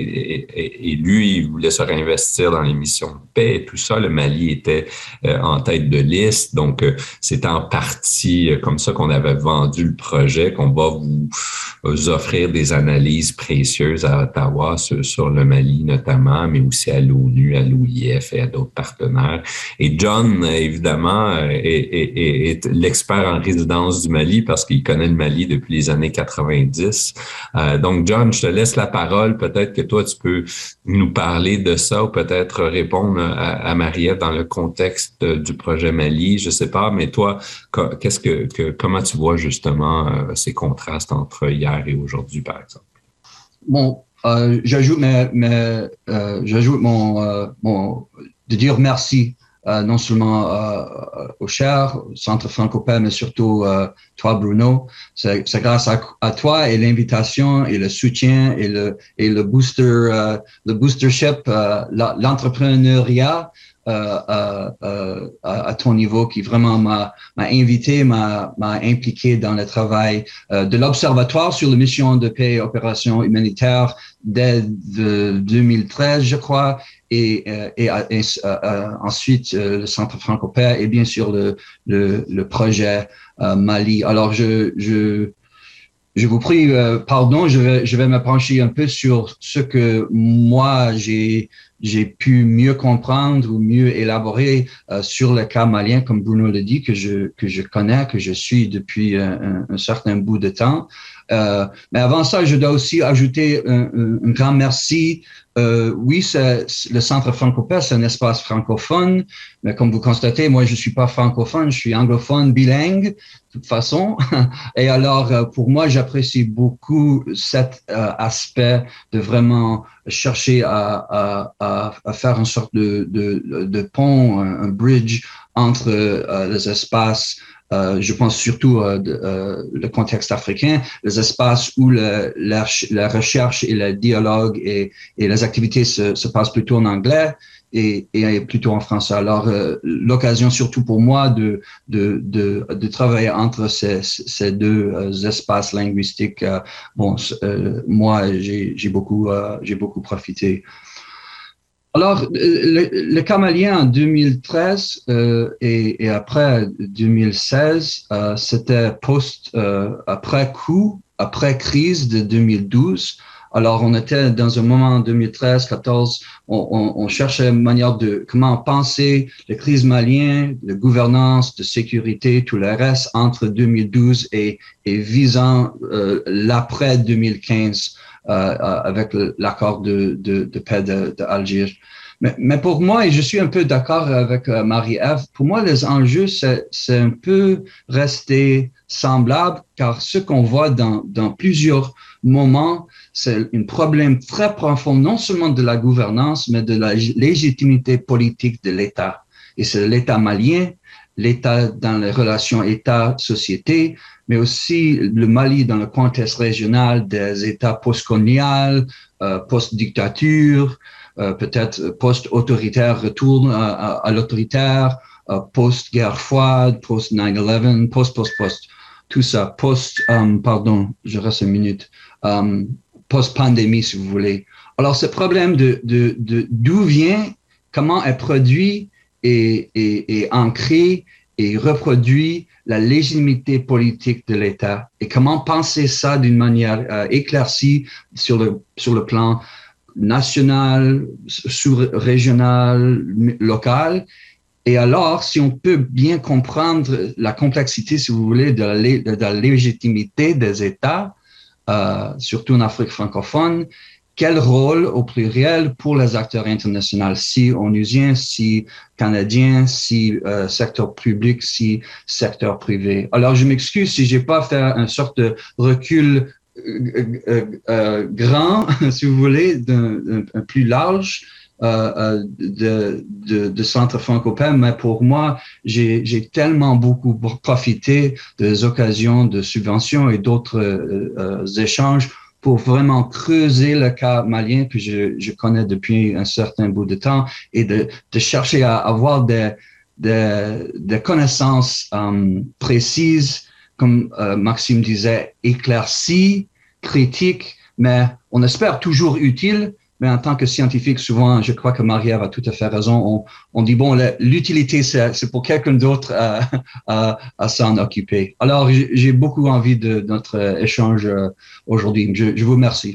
élu, il voulait se réinvestir dans les missions de paix et tout ça. Le Mali était euh, en tête de liste, donc euh, c'est en partie euh, comme ça qu'on avait vendu le projet, qu'on va vous, vous offrir des analyses précieuses à Ottawa sur, sur le Mali notamment, mais aussi à l'ONU, à l'O I F et à d'autres partenaires. Et John, évidemment, est, est, est, est l'expert en résidence du Mali parce qu'il connaît le Mali depuis les années quatre-vingt-dix. Euh, donc, John, je te laisse la parole. Peut-être que toi, tu peux nous parler de ça ou peut-être répondre à, à Marie-Ève dans le contexte du projet Mali. Je sais pas, mais toi, qu'est-ce que, que comment tu vois justement euh, ces contrastes entre hier et aujourd'hui, par exemple? Bon, euh, j'ajoute, mais, mais, euh, j'ajoute mon, euh, mon, de dire merci. Euh, non seulement euh, au Cher, au Centre Francopais, mais surtout euh, toi, Bruno. C'est, c'est grâce à, à toi et l'invitation et le soutien et le et le booster, euh, le boostership, euh, l'entrepreneuriat euh, euh, euh, à, à ton niveau qui vraiment m'a m'a invité, m'a m'a impliqué dans le travail euh, de l'Observatoire sur les missions de paix et opérations humanitaires dès de deux mille treize, je crois. Et, et, et, et euh, ensuite euh, le Centre Francopais et bien sûr le le, le projet euh, Mali. Alors je je je vous prie euh, pardon, je vais je vais me pencher un peu sur ce que moi j'ai j'ai pu mieux comprendre ou mieux élaborer euh, sur le cas malien, comme Bruno le dit, que je que je connais, que je suis depuis un, un certain bout de temps. Euh, mais avant ça, je dois aussi ajouter un, un, un grand merci. Euh, oui, c'est, le Centre Francopais, c'est un espace francophone, mais comme vous constatez, moi, je suis pas francophone, je suis anglophone, bilingue, de toute façon. Et alors, pour moi, j'apprécie beaucoup cet euh, aspect de vraiment chercher à, à, à, à faire une sorte de, de, de pont, un, un bridge entre euh, les espaces. Euh, je pense surtout euh, de, euh, le contexte africain, les espaces où le, la, la recherche et le dialogue et, et les activités se, se passent plutôt en anglais et, et plutôt en français. Alors, euh, l'occasion surtout pour moi de, de, de, de travailler entre ces, ces deux euh, espaces linguistiques, euh, bon, euh, moi, j'ai, j'ai beaucoup, euh, j'ai beaucoup profité. Alors, le, le cas malien en deux mille treize euh, et, et après deux mille seize, euh, c'était post, euh, après coup, après crise de deux mille douze. Alors, on était dans un moment en deux mille treize, quatorze, on, on, on cherchait une manière de comment penser la crise malienne, de gouvernance, de sécurité, tout le reste entre deux mille douze et, et visant euh, l'après deux mille quinze. Euh, avec l'accord de, de, de paix de, de Alger. Mais, mais pour moi, et je suis un peu d'accord avec euh, Marie-Ève, pour moi, les enjeux, c'est, c'est un peu resté semblable, car ce qu'on voit dans, dans plusieurs moments, c'est un problème très profond, non seulement de la gouvernance, mais de la légitimité politique de l'État. Et c'est l'État malien, l'État dans les relations État-société, mais aussi le Mali dans le contexte régional des États post-coloniaux, euh, post-dictature, euh, peut-être post-autoritaire, retour à, à, à l'autoritaire, euh, post-guerre froide, post-nine eleven, post-post-post, tout ça, post, um, pardon, je reste une minute, um, post-pandémie si vous voulez. Alors ce problème de, de, de d'où vient, comment est produit et, et, et ancré et reproduit la légitimité politique de l'État et comment penser ça d'une manière euh, éclaircie sur le, sur le plan national, sous-régional, local Et alors, si on peut bien comprendre la complexité, si vous voulez, de la, de la légitimité des États, euh, surtout en Afrique francophone, quel rôle au pluriel pour les acteurs internationaux, si onusiens, si canadiens, si euh, secteur public, si secteur privé. Alors, je m'excuse si j'ai pas fait un sorte de recul euh, euh, euh, grand, si vous voulez, d'un, d'un plus large euh, de, de, de centre francophone, mais pour moi, j'ai, j'ai tellement beaucoup profité des occasions de subventions et d'autres euh, euh, échanges pour vraiment creuser le cas malien que je, je connais depuis un certain bout de temps et de, de chercher à avoir des, des, des connaissances um, précises, comme euh, Maxime disait, éclaircies, critiques, mais on espère toujours utiles. Mais en tant que scientifique, souvent, je crois que Marie-Ève a tout à fait raison. On, on dit, bon, l'utilité, c'est, c'est pour quelqu'un d'autre à, à, à s'en occuper. Alors, j'ai beaucoup envie de, de notre échange aujourd'hui. Je, je vous remercie.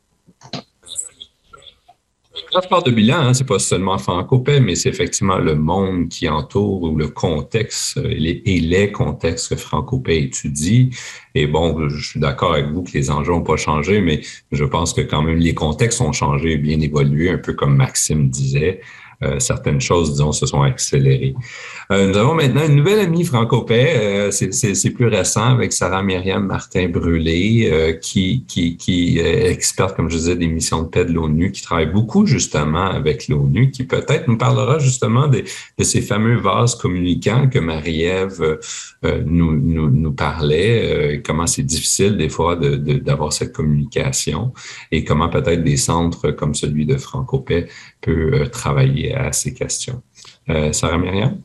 Quand je parle de bilan, hein, c'est pas seulement Francopais, mais c'est effectivement le monde qui entoure ou le contexte et les, et les contextes que Francopais étudie. Et bon, je suis d'accord avec vous que les enjeux n'ont pas changé, mais je pense que quand même les contextes ont changé, bien évolué, un peu comme Maxime disait. Euh, certaines choses, disons, se sont accélérées. Euh, nous avons maintenant une nouvelle amie Francopais, euh, c'est, c'est, c'est plus récent, avec Sarah Myriam Martin-Brûlé, euh, qui, qui, qui est experte, comme je disais, des missions de paix de l'ONU, qui travaille beaucoup justement avec l'ONU, qui peut-être nous parlera justement de, de ces fameux vases communicants que Marie-Ève euh, nous, nous, nous parlait, euh, comment c'est difficile des fois de, de, d'avoir cette communication et comment peut-être des centres comme celui de Francopais peut euh, travailler à ces questions. Euh, Sarah Myriam?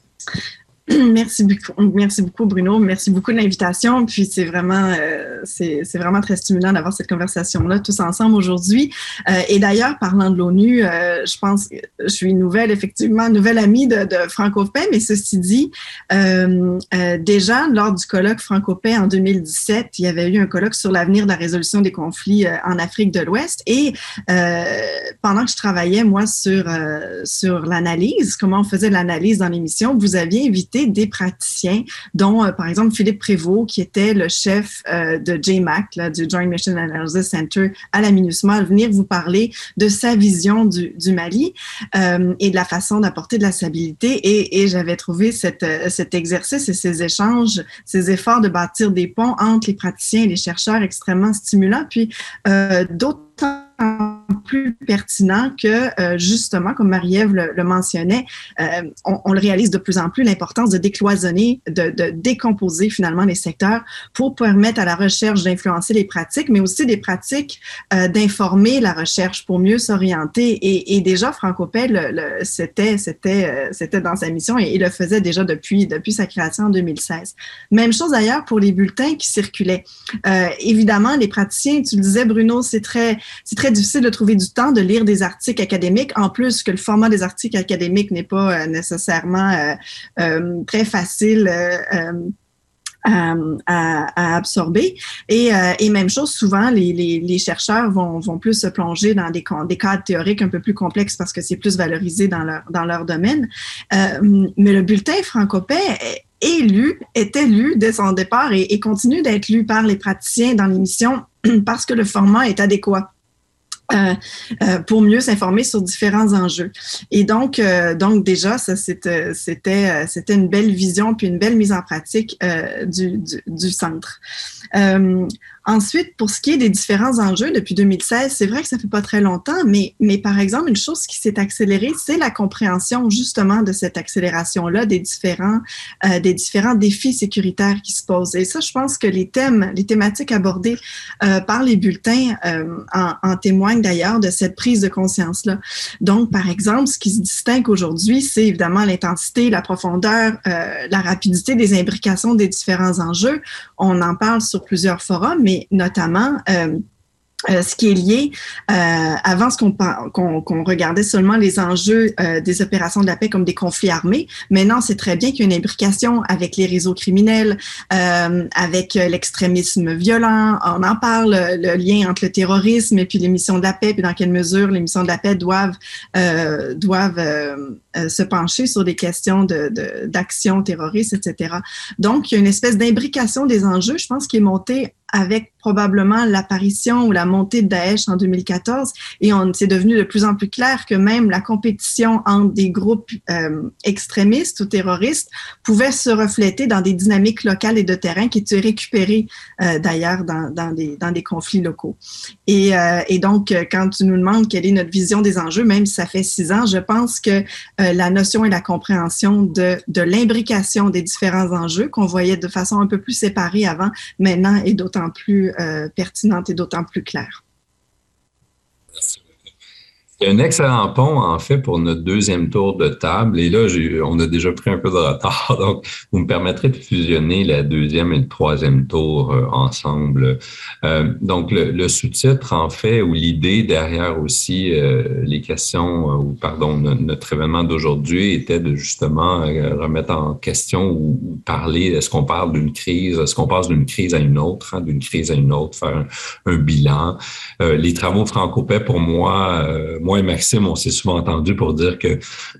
Merci beaucoup, merci beaucoup Bruno, merci beaucoup de l'invitation. Puis c'est vraiment, euh, c'est, c'est vraiment très stimulant d'avoir cette conversation-là tous ensemble aujourd'hui. Euh, et d'ailleurs, parlant de l'ONU, euh, je pense que je suis nouvelle, effectivement, nouvelle amie de, de Francopais, mais ceci dit, euh, euh, déjà lors du colloque Francopais en deux mille dix-sept, il y avait eu un colloque sur l'avenir de la résolution des conflits euh, en Afrique de l'Ouest. Et euh, pendant que je travaillais moi sur euh, sur l'analyse, comment on faisait de l'analyse dans l'émission, vous aviez invité des praticiens, dont, euh, par exemple, Philippe Prévost, qui était le chef euh, de J M A C, là, du Joint Mission Analysis Center à la MINUSMA, à venir vous parler de sa vision du, du Mali euh, et de la façon d'apporter de la stabilité. Et, et j'avais trouvé cette, euh, cet exercice et ces échanges, ces efforts de bâtir des ponts entre les praticiens et les chercheurs extrêmement stimulants. Puis, euh, d'autant plus pertinent que, euh, justement, comme Marie-Ève le, le mentionnait, euh, on, on le réalise de plus en plus, l'importance de décloisonner, de, de décomposer finalement les secteurs pour permettre à la recherche d'influencer les pratiques, mais aussi des pratiques euh, d'informer la recherche pour mieux s'orienter. Et, et déjà, Francopais, le, le, c'était, c'était, euh, c'était dans sa mission et il le faisait déjà depuis, depuis sa création en deux mille seize. Même chose d'ailleurs pour les bulletins qui circulaient. Euh, évidemment, les praticiens, tu le disais, Bruno, c'est très, c'est très difficile de trouver du temps de lire des articles académiques, en plus que le format des articles académiques n'est pas euh, nécessairement euh, euh, très facile euh, euh, À, à, à absorber. Et, euh, et même chose, souvent, les, les, les chercheurs vont, vont plus se plonger dans des, des cadres théoriques un peu plus complexes parce que c'est plus valorisé dans leur, dans leur domaine. Euh, mais le bulletin Francopais est, est lu, était lu dès son départ et, et continue d'être lu par les praticiens dans l'émission parce que le format est adéquat. Euh, euh, pour mieux s'informer sur différents enjeux. Et donc, euh, donc déjà, ça c'était, c'était, c'était une belle vision puis une belle mise en pratique euh, du, du, du centre. Euh, ensuite, pour ce qui est des différents enjeux depuis deux mille seize, c'est vrai que ça fait pas très longtemps, mais, mais par exemple, une chose qui s'est accélérée, c'est la compréhension justement de cette accélération-là des différents, euh, des différents défis sécuritaires qui se posent. Et ça, je pense que les thèmes, les thématiques abordées euh, par les bulletins euh, en, en témoignent d'ailleurs de cette prise de conscience-là. Donc, par exemple, ce qui se distingue aujourd'hui, c'est évidemment l'intensité, la profondeur, euh, la rapidité des imbrications des différents enjeux. On en parle sur plusieurs forums, mais notamment euh, Euh, ce qui est lié, euh, avant ce qu'on, qu'on, qu'on regardait seulement les enjeux euh, des opérations de la paix comme des conflits armés. Maintenant, c'est très bien qu'il y a une imbrication avec les réseaux criminels, euh, avec l'extrémisme violent. On en parle, le lien entre le terrorisme et puis les missions de la paix, puis dans quelle mesure les missions de la paix doivent euh, doivent euh, euh, se pencher sur des questions de, de d'action terroriste, et cetera. Donc, il y a une espèce d'imbrication des enjeux, je pense, qui est montée avec probablement l'apparition ou la montée de Daesh en deux mille quatorze, et on c'est devenu de plus en plus clair que même la compétition entre des groupes euh, extrémistes ou terroristes pouvait se refléter dans des dynamiques locales et de terrain qui étaient récupérées euh, d'ailleurs dans, dans, des, dans des conflits locaux. Et, euh, et donc, quand tu nous demandes quelle est notre vision des enjeux, même si ça fait six ans, je pense que euh, la notion et la compréhension de, de l'imbrication des différents enjeux qu'on voyait de façon un peu plus séparée avant, maintenant est d'autant plus euh, pertinente et d'autant plus claire. Il y a un excellent pont, en fait, pour notre deuxième tour de table. Et là, j'ai, on a déjà pris un peu de retard. Donc, vous me permettrez de fusionner la deuxième et le troisième tour euh, ensemble. Euh, donc, le, le sous-titre, en fait, ou l'idée derrière aussi euh, les questions, euh, ou pardon, no, notre événement d'aujourd'hui était de justement euh, remettre en question ou, ou parler, est-ce qu'on parle d'une crise, est-ce qu'on passe d'une crise à une autre, hein, d'une crise à une autre, faire un, un bilan. Euh, les travaux Franco-Paix, pour moi, euh, moi et Maxime, on s'est souvent entendu pour dire que,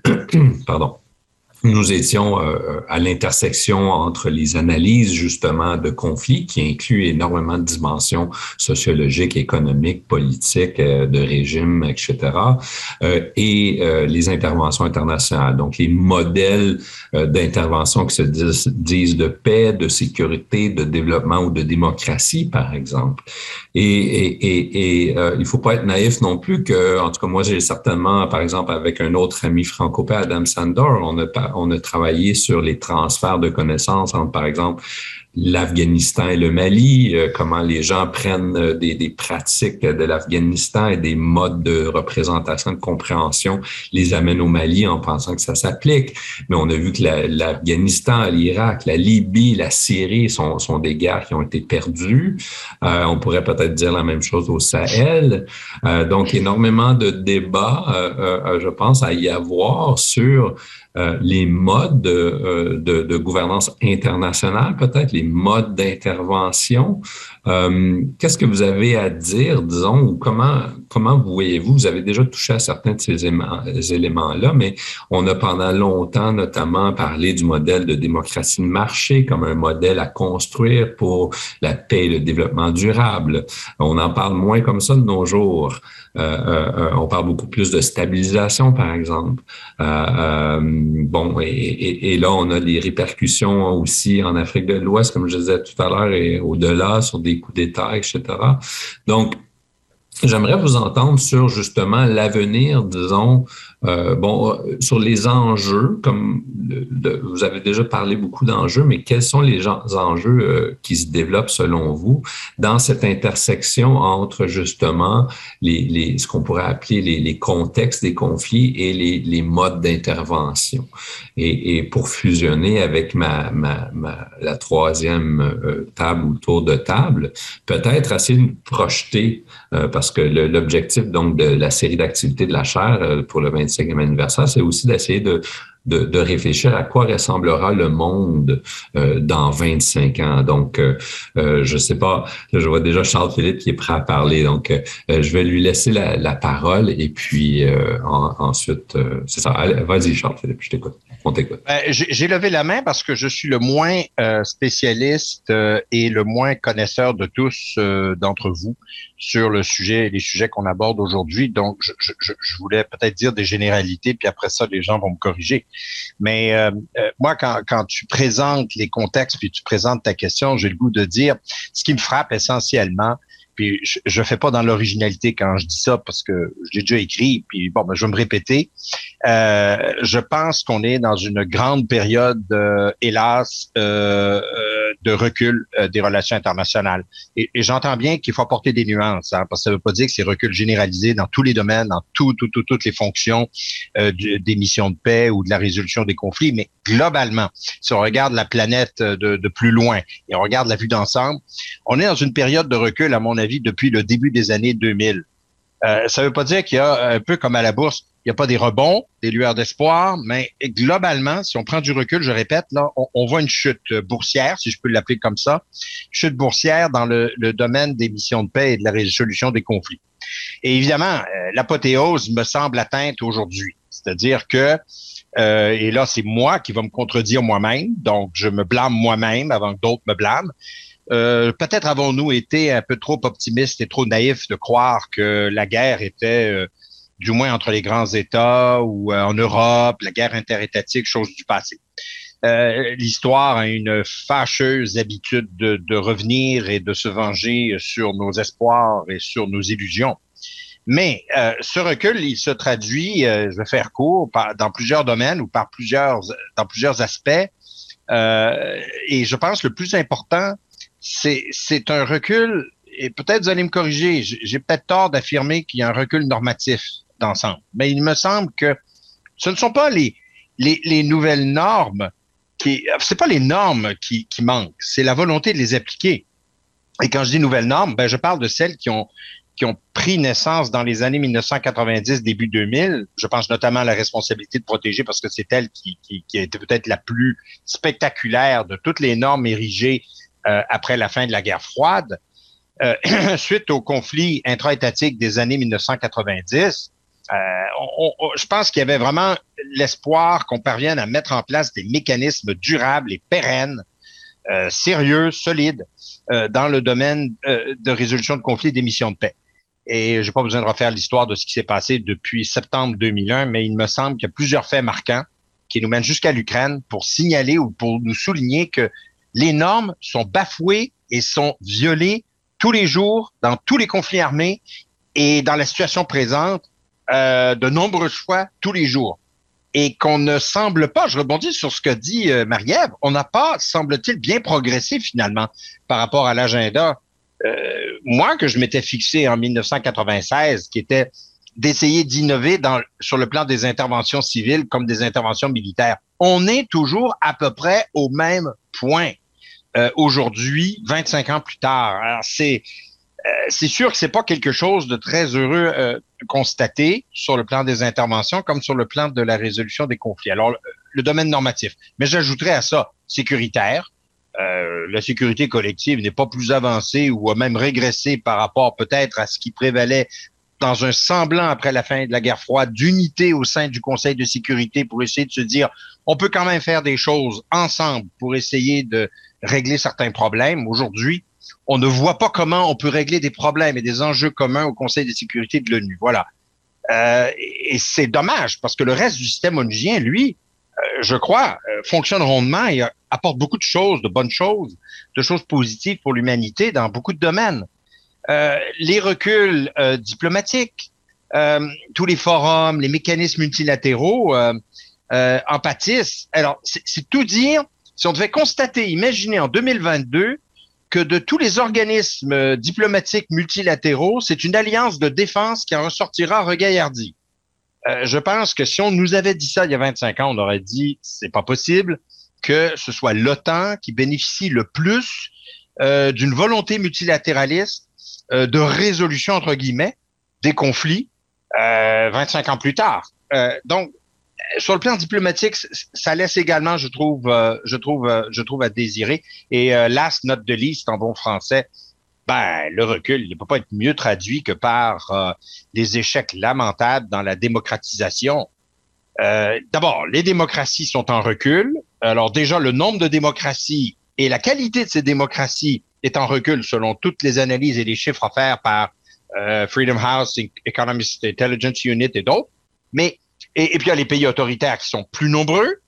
pardon, nous étions euh, à l'intersection entre les analyses justement de conflits qui incluent énormément de dimensions sociologiques, économiques, politiques, euh, de régime, et cetera, euh, et euh, les interventions internationales. Donc, les modèles euh, d'intervention qui se disent, disent de paix, de sécurité, de développement ou de démocratie, par exemple. Et, et, et, et euh, il ne faut pas être naïf non plus que, en tout cas, moi, j'ai certainement, par exemple, avec un autre ami franco-paix, Adam Sandor, on a on a travaillé sur les transferts de connaissances entre, par exemple, l'Afghanistan et le Mali, euh, comment les gens prennent euh, des, des pratiques de l'Afghanistan et des modes de représentation, de compréhension, les amènent au Mali en pensant que ça s'applique. Mais on a vu que la, l'Afghanistan, l'Irak, la Libye, la Syrie sont, sont des guerres qui ont été perdues. Euh, on pourrait peut-être dire la même chose au Sahel. Euh, donc, énormément de débats, euh, euh, je pense, à y avoir sur Euh, les modes de, de, de gouvernance internationale, peut-être les modes d'intervention. Euh, qu'est-ce que vous avez à dire, disons, ou comment, comment vous voyez-vous? Vous avez déjà touché à certains de ces éléments, éléments-là, mais on a pendant longtemps notamment parlé du modèle de démocratie de marché comme un modèle à construire pour la paix et le développement durable. On en parle moins comme ça de nos jours. Euh, euh, on parle beaucoup plus de stabilisation, par exemple. Euh, euh, bon, et, et, et là, on a des répercussions aussi en Afrique de l'Ouest, comme je disais tout à l'heure, et au-delà, sur des coups d'État, et cetera. Donc, j'aimerais vous entendre sur justement l'avenir, disons, euh, bon, sur les enjeux, comme le, le, vous avez déjà parlé beaucoup d'enjeux, mais quels sont les gens, enjeux euh, qui se développent selon vous dans cette intersection entre justement les, les ce qu'on pourrait appeler les, les contextes des conflits et les, les modes d'intervention? Et, et pour fusionner avec ma, ma, ma la troisième euh, table ou tour de table, peut-être essayer de projeter, euh, parce que le, l'objectif donc de la série d'activités de la chaire euh, pour le vingt-cinquième anniversaire, c'est aussi d'essayer de De, de réfléchir à quoi ressemblera le monde euh, dans vingt-cinq ans. Donc, euh, euh, je sais pas, je vois déjà Charles-Philippe qui est prêt à parler. Donc, euh, je vais lui laisser la, la parole et puis euh, en, ensuite, euh, c'est ça. Allez, vas-y, Charles-Philippe, je t'écoute. On t'écoute. Ben, j'ai, j'ai levé la main parce que je suis le moins euh, spécialiste euh, et le moins connaisseur de tous euh, d'entre vous sur le sujet, les sujets qu'on aborde aujourd'hui. Donc, je, je, je voulais peut-être dire des généralités, puis après ça, les gens vont me corriger. Mais euh, euh, moi, quand, quand tu présentes les contextes, puis tu présentes ta question, j'ai le goût de dire, ce qui me frappe essentiellement, puis je, je fais pas dans l'originalité quand je dis ça, parce que je l'ai déjà écrit, puis bon, ben, je vais me répéter. Euh, je pense qu'on est dans une grande période, euh, hélas, euh, de recul euh, des relations internationales. Et, et j'entends bien qu'il faut apporter des nuances, hein, parce que ça ne veut pas dire que c'est recul généralisé dans tous les domaines, dans tout, tout, tout, toutes les fonctions euh, du, des missions de paix ou de la résolution des conflits, mais globalement, si on regarde la planète de, de plus loin et on regarde la vue d'ensemble, on est dans une période de recul, à mon avis, depuis le début des années deux mille. Euh, ça ne veut pas dire qu'il y a, un peu comme à la bourse, il n'y a pas des rebonds, des lueurs d'espoir, mais globalement, si on prend du recul, je répète, là, on, on voit une chute boursière, si je peux l'appeler comme ça, chute boursière dans le, le domaine des missions de paix et de la résolution des conflits. Et évidemment, euh, l'apothéose me semble atteinte aujourd'hui. C'est-à-dire que, euh, et là, c'est moi qui va me contredire moi-même, donc je me blâme moi-même avant que d'autres me blâment. Euh, peut-être avons-nous été un peu trop optimistes et trop naïfs de croire que la guerre était, euh, du moins entre les grands États ou euh, en Europe, la guerre interétatique, chose du passé. Euh, l'histoire a une fâcheuse habitude de, de revenir et de se venger sur nos espoirs et sur nos illusions. Mais euh, ce recul, il se traduit, euh, je vais faire court, par, dans plusieurs domaines ou par plusieurs, dans plusieurs aspects. Euh, et je pense que le plus important, c'est, c'est un recul, et peut-être vous allez me corriger, j'ai peut-être tort d'affirmer qu'il y a un recul normatif d'ensemble. Mais il me semble que ce ne sont pas les, les, les nouvelles normes qui, c'est pas les normes qui, qui manquent, c'est la volonté de les appliquer. Et quand je dis nouvelles normes, ben, je parle de celles qui ont, qui ont pris naissance dans les années mille neuf cent quatre-vingt-dix, début deux mille. Je pense notamment à la responsabilité de protéger parce que c'est elle qui, qui, qui a été peut-être la plus spectaculaire de toutes les normes érigées euh, après la fin de la guerre froide. Euh, suite au conflit intra-étatique des années mille neuf cent quatre-vingt-dix, euh, on, on, je pense qu'il y avait vraiment l'espoir qu'on parvienne à mettre en place des mécanismes durables et pérennes, euh, sérieux, solides, euh, dans le domaine euh, de résolution de conflits et des missions de paix. Et j'ai pas besoin de refaire l'histoire de ce qui s'est passé depuis septembre deux mille un, mais il me semble qu'il y a plusieurs faits marquants qui nous mènent jusqu'à l'Ukraine pour signaler ou pour nous souligner que les normes sont bafouées et sont violées tous les jours, dans tous les conflits armés et dans la situation présente, euh, de nombreux fois tous les jours. Et qu'on ne semble pas, je rebondis sur ce que dit euh, Marie-Ève, on n'a pas, semble-t-il, bien progressé finalement par rapport à l'agenda. Euh, moi, que je m'étais fixé en mille neuf cent quatre-vingt-seize, qui était d'essayer d'innover dans, sur le plan des interventions civiles comme des interventions militaires. On est toujours à peu près au même point. Euh, aujourd'hui, vingt-cinq ans plus tard. Alors, c'est, euh, c'est sûr que c'est pas quelque chose de très heureux euh, constaté sur le plan des interventions comme sur le plan de la résolution des conflits. Alors, le, le domaine normatif. Mais j'ajouterais à ça sécuritaire. Euh, la sécurité collective n'est pas plus avancée ou a même régressé par rapport peut-être à ce qui prévalait dans un semblant après la fin de la guerre froide d'unité au sein du Conseil de sécurité pour essayer de se dire on peut quand même faire des choses ensemble pour essayer de régler certains problèmes. Aujourd'hui, on ne voit pas comment on peut régler des problèmes et des enjeux communs au Conseil de sécurité de l'ONU. Voilà. Euh, et c'est dommage parce que le reste du système onusien, lui, euh, je crois, euh, fonctionne rondement et apporte beaucoup de choses, de bonnes choses, de choses positives pour l'humanité dans beaucoup de domaines. Euh, les reculs euh, diplomatiques, euh, tous les forums, les mécanismes multilatéraux euh, euh, en pâtissent. Alors, c'est, c'est tout dire. Si on devait constater, imaginer en deux mille vingt-deux que de tous les organismes euh, diplomatiques multilatéraux, c'est une alliance de défense qui en ressortira regaillardie. Euh, je pense que si on nous avait dit ça il y a vingt-cinq ans, on aurait dit c'est pas possible que ce soit l'OTAN qui bénéficie le plus euh, d'une volonté multilatéraliste euh, de résolution, entre guillemets, des conflits euh, vingt-cinq ans plus tard. Euh, donc, sur le plan diplomatique, ça laisse également, je trouve, euh, je trouve, euh, je trouve à désirer. Et euh, last not the least, en bon français, ben le recul, il ne peut pas être mieux traduit que par euh, des échecs lamentables dans la démocratisation. Euh, d'abord, les démocraties sont en recul. Alors déjà, le nombre de démocraties et la qualité de ces démocraties est en recul selon toutes les analyses et les chiffres offerts par euh, Freedom House, Economist Intelligence Unit et d'autres. Mais Et, et puis, il y a les pays autoritaires qui sont plus nombreux,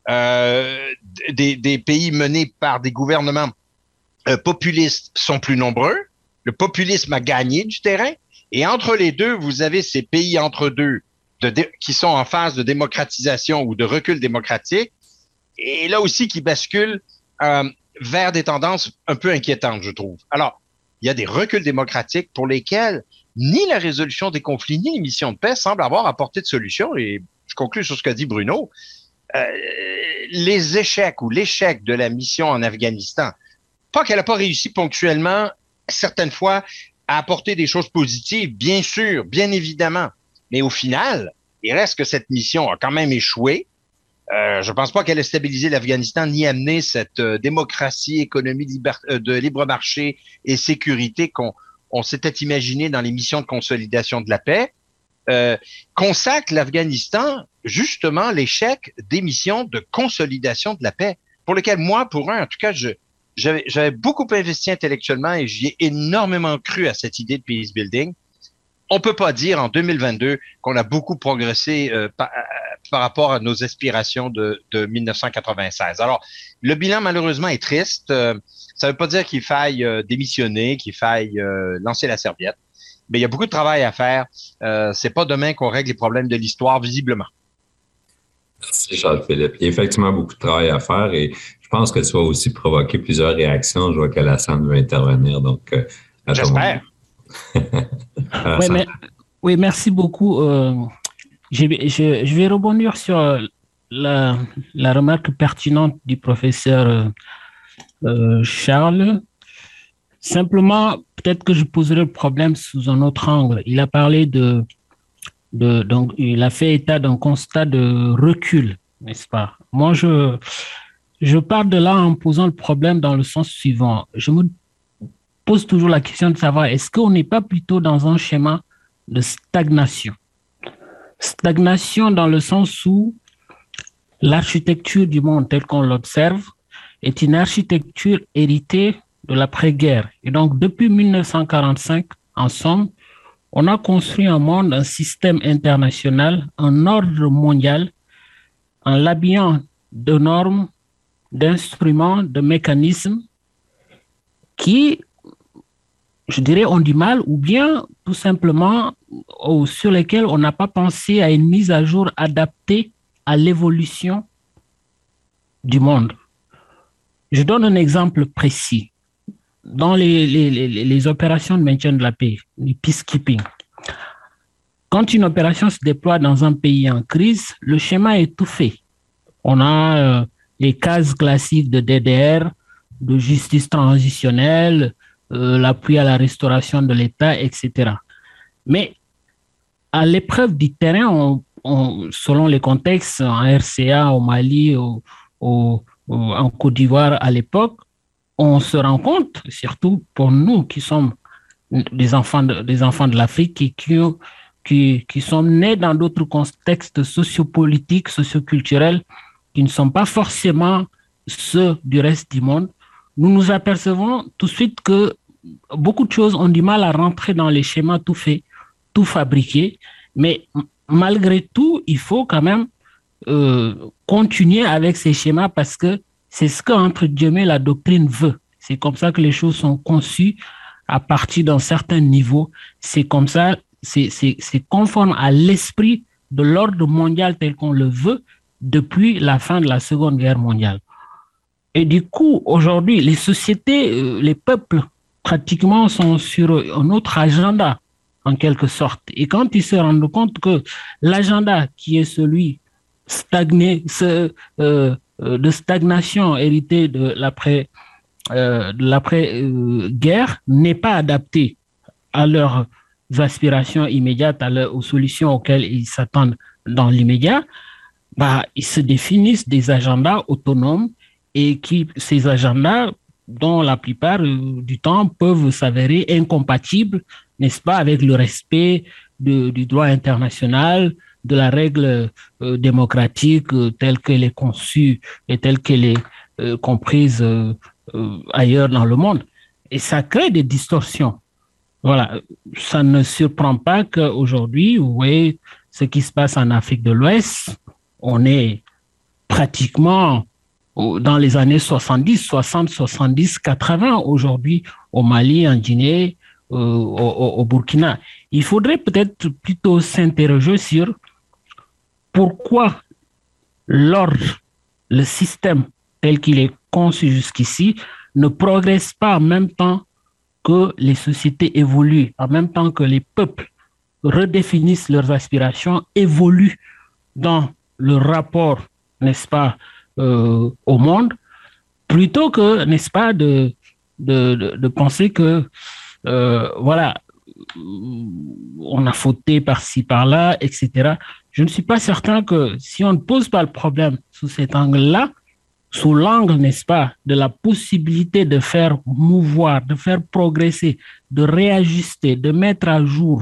euh, des, des pays menés par des gouvernements euh, populistes sont plus nombreux. Le populisme a gagné du terrain. Et entre les deux, vous avez ces pays entre deux de dé- qui sont en phase de démocratisation ou de recul démocratique. Et là aussi, qui basculent euh, vers des tendances un peu inquiétantes, je trouve. Alors, il y a des reculs démocratiques pour lesquels ni la résolution des conflits, ni les missions de paix semblent avoir apporté de solution. Et je conclue sur ce qu'a dit Bruno. Euh, les échecs ou l'échec de la mission en Afghanistan, pas qu'elle n'a pas réussi ponctuellement, certaines fois, à apporter des choses positives, bien sûr, bien évidemment. Mais au final, il reste que cette mission a quand même échoué. Euh, je ne pense pas qu'elle ait stabilisé l'Afghanistan ni amené cette euh, démocratie, économie liber- euh, de libre marché et sécurité qu'on on s'était imaginé dans les missions de consolidation de la paix. Euh, consacre l'Afghanistan justement l'échec des missions de consolidation de la paix, pour lesquelles moi, pour un, en tout cas, je, j'avais, j'avais beaucoup investi intellectuellement et j'y ai énormément cru à cette idée de peace building. On peut pas dire en deux mille vingt-deux qu'on a beaucoup progressé euh, par, par rapport à nos aspirations de, de mille neuf cent quatre-vingt-seize. Alors, le bilan malheureusement est triste. Euh, ça veut pas dire qu'il faille euh, démissionner, qu'il faille euh, lancer la serviette. Mais il y a beaucoup de travail à faire. Euh, c'est pas demain qu'on règle les problèmes de l'histoire, visiblement. Merci, Charles-Philippe. Il y a effectivement beaucoup de travail à faire et je pense que ça va aussi provoquer plusieurs réactions. Je vois qu'Alassane veut intervenir, donc... Euh, J'espère. oui, mais, oui, merci beaucoup. Euh, je, je, je vais rebondir sur la, la remarque pertinente du professeur euh, Charles. Simplement, peut-être que je poserai le problème sous un autre angle. Il a parlé de, de donc, il a fait état d'un constat de recul, n'est-ce pas? Moi, je, je pars de là en posant le problème dans le sens suivant. Je me pose toujours la question de savoir, est-ce qu'on n'est pas plutôt dans un schéma de stagnation? Stagnation dans le sens où l'architecture du monde tel qu'on l'observe est une architecture héritée de l'après-guerre. Et donc, depuis mille neuf cent quarante-cinq, en somme, on a construit un monde, un système international, un ordre mondial, en l'habillant de normes, d'instruments, de mécanismes qui, je dirais, ont du mal ou bien tout simplement ou sur lesquels on n'a pas pensé à une mise à jour adaptée à l'évolution du monde. Je donne un exemple précis. Dans les, les, les, les opérations de maintien de la paix, le peacekeeping, quand une opération se déploie dans un pays en crise, le schéma est tout fait. On a euh, les cases classiques de D D R, de justice transitionnelle, euh, l'appui à la restauration de l'État, et cetera. Mais à l'épreuve du terrain, on, on, selon les contextes, en R C A, au Mali, au, au, au, en Côte d'Ivoire à l'époque, on se rend compte, surtout pour nous qui sommes des enfants de, des enfants de l'Afrique et qui, qui, qui sont nés dans d'autres contextes sociopolitiques, socioculturels, qui ne sont pas forcément ceux du reste du monde, nous nous apercevons tout de suite que beaucoup de choses ont du mal à rentrer dans les schémas tout faits, tout fabriqués, mais malgré tout, il faut quand même euh, continuer avec ces schémas parce que c'est ce que, entre guillemets, la doctrine veut. C'est comme ça que les choses sont conçues à partir d'un certain niveau. C'est comme ça, c'est, c'est, c'est conforme à l'esprit de l'ordre mondial tel qu'on le veut depuis la fin de la Seconde Guerre mondiale. Et du coup, aujourd'hui, les sociétés, les peuples, pratiquement, sont sur un autre agenda, en quelque sorte. Et quand ils se rendent compte que l'agenda qui est celui stagné, ce... Euh, de stagnation héritée de l'après, euh, de l'après-guerre euh, n'est pas adapté à leurs aspirations immédiates, à leur, aux solutions auxquelles ils s'attendent dans l'immédiat, bah, ils se définissent des agendas autonomes et qui, ces agendas, dont la plupart euh, du temps peuvent s'avérer incompatibles, n'est-ce pas, avec le respect de, du droit international, de la règle euh, démocratique euh, telle qu'elle est conçue et telle qu'elle est euh, comprise euh, euh, ailleurs dans le monde. Et ça crée des distorsions. Voilà, ça ne surprend pas qu'aujourd'hui, vous voyez ce qui se passe en Afrique de l'Ouest, on est pratiquement dans les années soixante-dix, soixante, soixante-dix, quatre-vingts aujourd'hui au Mali, en Guinée, euh, au, au Burkina. Il faudrait peut-être plutôt s'interroger sur pourquoi l'ordre, le système tel qu'il est conçu jusqu'ici ne progresse pas en même temps que les sociétés évoluent, en même temps que les peuples redéfinissent leurs aspirations, évoluent dans le rapport, n'est-ce pas, euh, au monde, plutôt que, n'est-ce pas, de, de, de, de penser que, euh, voilà, on a fauté par-ci, par-là, et cetera. Je ne suis pas certain que si on ne pose pas le problème sous cet angle-là, sous l'angle, n'est-ce pas, de la possibilité de faire mouvoir, de faire progresser, de réajuster, de mettre à jour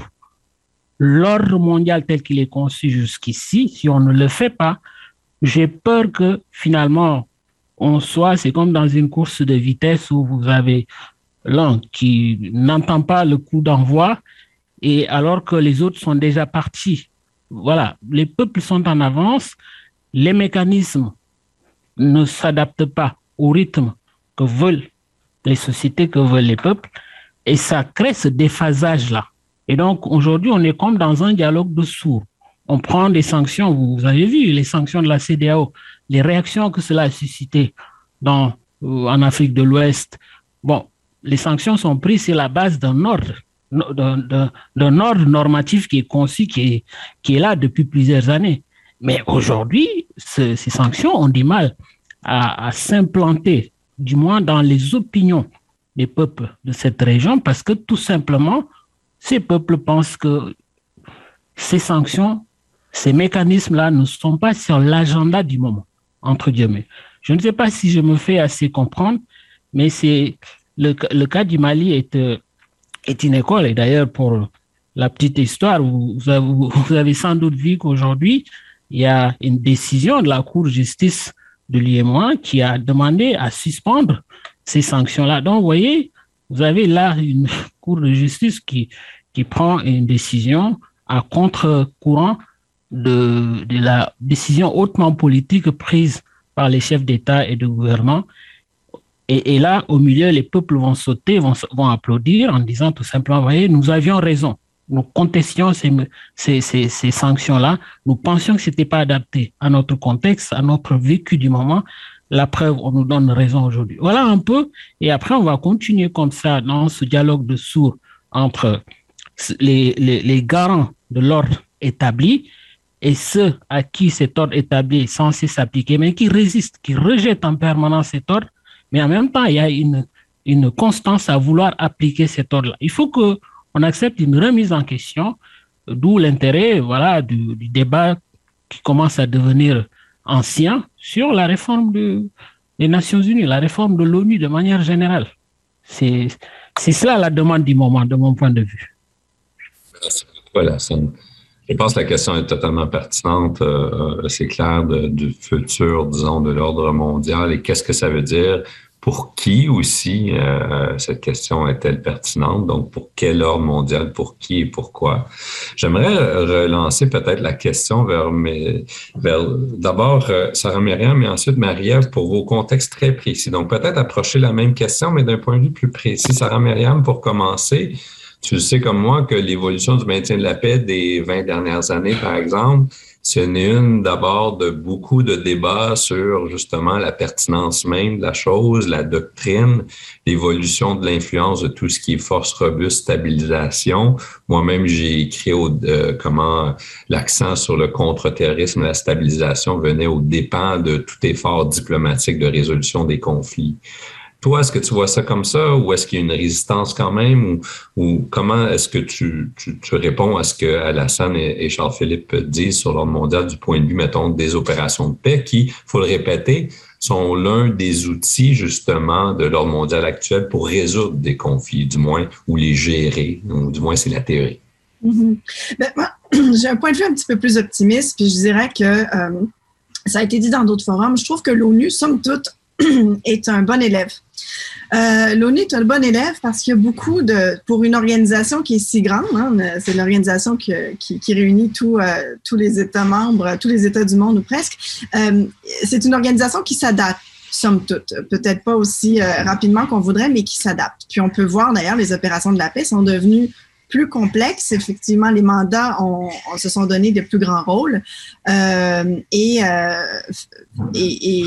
l'ordre mondial tel qu'il est conçu jusqu'ici, si on ne le fait pas, j'ai peur que finalement, on soit, c'est comme dans une course de vitesse où vous avez l'un qui n'entend pas le coup d'envoi et alors que les autres sont déjà partis. Voilà, les peuples sont en avance, les mécanismes ne s'adaptent pas au rythme que veulent les sociétés, que veulent les peuples, et ça crée ce déphasage-là. Et donc, aujourd'hui, on est comme dans un dialogue de sourds. On prend des sanctions, vous avez vu les sanctions de la C E D E A O, les réactions que cela a suscité dans, euh, en Afrique de l'Ouest. Bon, les sanctions sont prises sur la base d'un ordre, d'un, d'un, d'un ordre normatif qui est conçu, qui est, qui est là depuis plusieurs années. Mais aujourd'hui, ce, ces sanctions ont du mal à, à s'implanter, du moins dans les opinions des peuples de cette région, parce que tout simplement, ces peuples pensent que ces sanctions, ces mécanismes-là ne sont pas sur l'agenda du moment, entre guillemets. Je ne sais pas si je me fais assez comprendre, mais c'est le, le cas du Mali est, est une école. Et d'ailleurs, pour la petite histoire, vous, vous, avez, vous avez sans doute vu qu'aujourd'hui, il y a une décision de la Cour de justice de l'U E M O A qui a demandé à suspendre ces sanctions-là. Donc, vous voyez, vous avez là une Cour de justice qui, qui prend une décision à contre-courant de, de la décision hautement politique prise par les chefs d'État et de gouvernement. Et, et là, au milieu, les peuples vont sauter, vont, vont applaudir en disant tout simplement, vous voyez, nous avions raison. Nous contestions ces, ces, ces, ces sanctions-là. Nous pensions que ce n'était pas adapté à notre contexte, à notre vécu du moment. La preuve, on nous donne raison aujourd'hui. Voilà un peu. Et après, on va continuer comme ça dans ce dialogue de sourds entre les, les, les garants de l'ordre établi et ceux à qui cet ordre établi est censé s'appliquer, mais qui résistent, qui rejettent en permanence cet ordre. Mais en même temps, il y a une, une constance à vouloir appliquer cet ordre-là. Il faut que on accepte une remise en question, d'où l'intérêt voilà, du, du débat qui commence à devenir ancien sur la réforme de, des Nations Unies, la réforme de l'ONU de manière générale. C'est, c'est cela la demande du moment, de mon point de vue. Merci beaucoup, Alassane. Je pense que la question est totalement pertinente. Euh, c'est clair de, du futur, disons, de l'ordre mondial et qu'est-ce que ça veut dire. Pour qui aussi euh, cette question est-elle pertinente? Donc, pour quel ordre mondial, pour qui et pourquoi? J'aimerais relancer peut-être la question vers, mes, vers d'abord euh, Sarah Myriam, mais ensuite Marie-Ève pour vos contextes très précis. Donc, peut-être approcher la même question, mais d'un point de vue plus précis. Sarah Myriam, pour commencer, tu sais comme moi que l'évolution du maintien de la paix des vingt dernières années, par exemple, ce n'est une d'abord de beaucoup de débats sur justement la pertinence même de la chose, la doctrine, l'évolution de l'influence de tout ce qui est force robuste, stabilisation. Moi-même, j'ai écrit au, euh, comment l'accent sur le contre-terrorisme, la stabilisation venait aux dépens de tout effort diplomatique de résolution des conflits. Toi, est-ce que tu vois ça comme ça ou est-ce qu'il y a une résistance quand même ou, ou comment est-ce que tu, tu, tu réponds à ce que Alassane et, et Charles-Philippe disent sur l'ordre mondial du point de vue, mettons, des opérations de paix qui, il faut le répéter, sont l'un des outils justement de l'ordre mondial actuel pour résoudre des conflits, du moins, ou les gérer, ou du moins c'est la théorie. Mm-hmm. Ben, moi, j'ai un point de vue un petit peu plus optimiste, puis je dirais que euh, ça a été dit dans d'autres forums, je trouve que l'ONU, somme toute, est un bon élève. Euh, L'ONU est un bon élève parce qu'il y a beaucoup de, pour une organisation qui est si grande, hein, c'est l'organisation qui, qui, qui réunit tout, euh, tous les États membres, tous les États du monde ou presque, euh, c'est une organisation qui s'adapte, somme toute. Peut-être pas aussi euh, rapidement qu'on voudrait, mais qui s'adapte. Puis on peut voir d'ailleurs, les opérations de la paix sont devenues plus complexes. Effectivement, les mandats ont, ont, se sont donnés de plus grands rôles. Euh, et, euh, et, et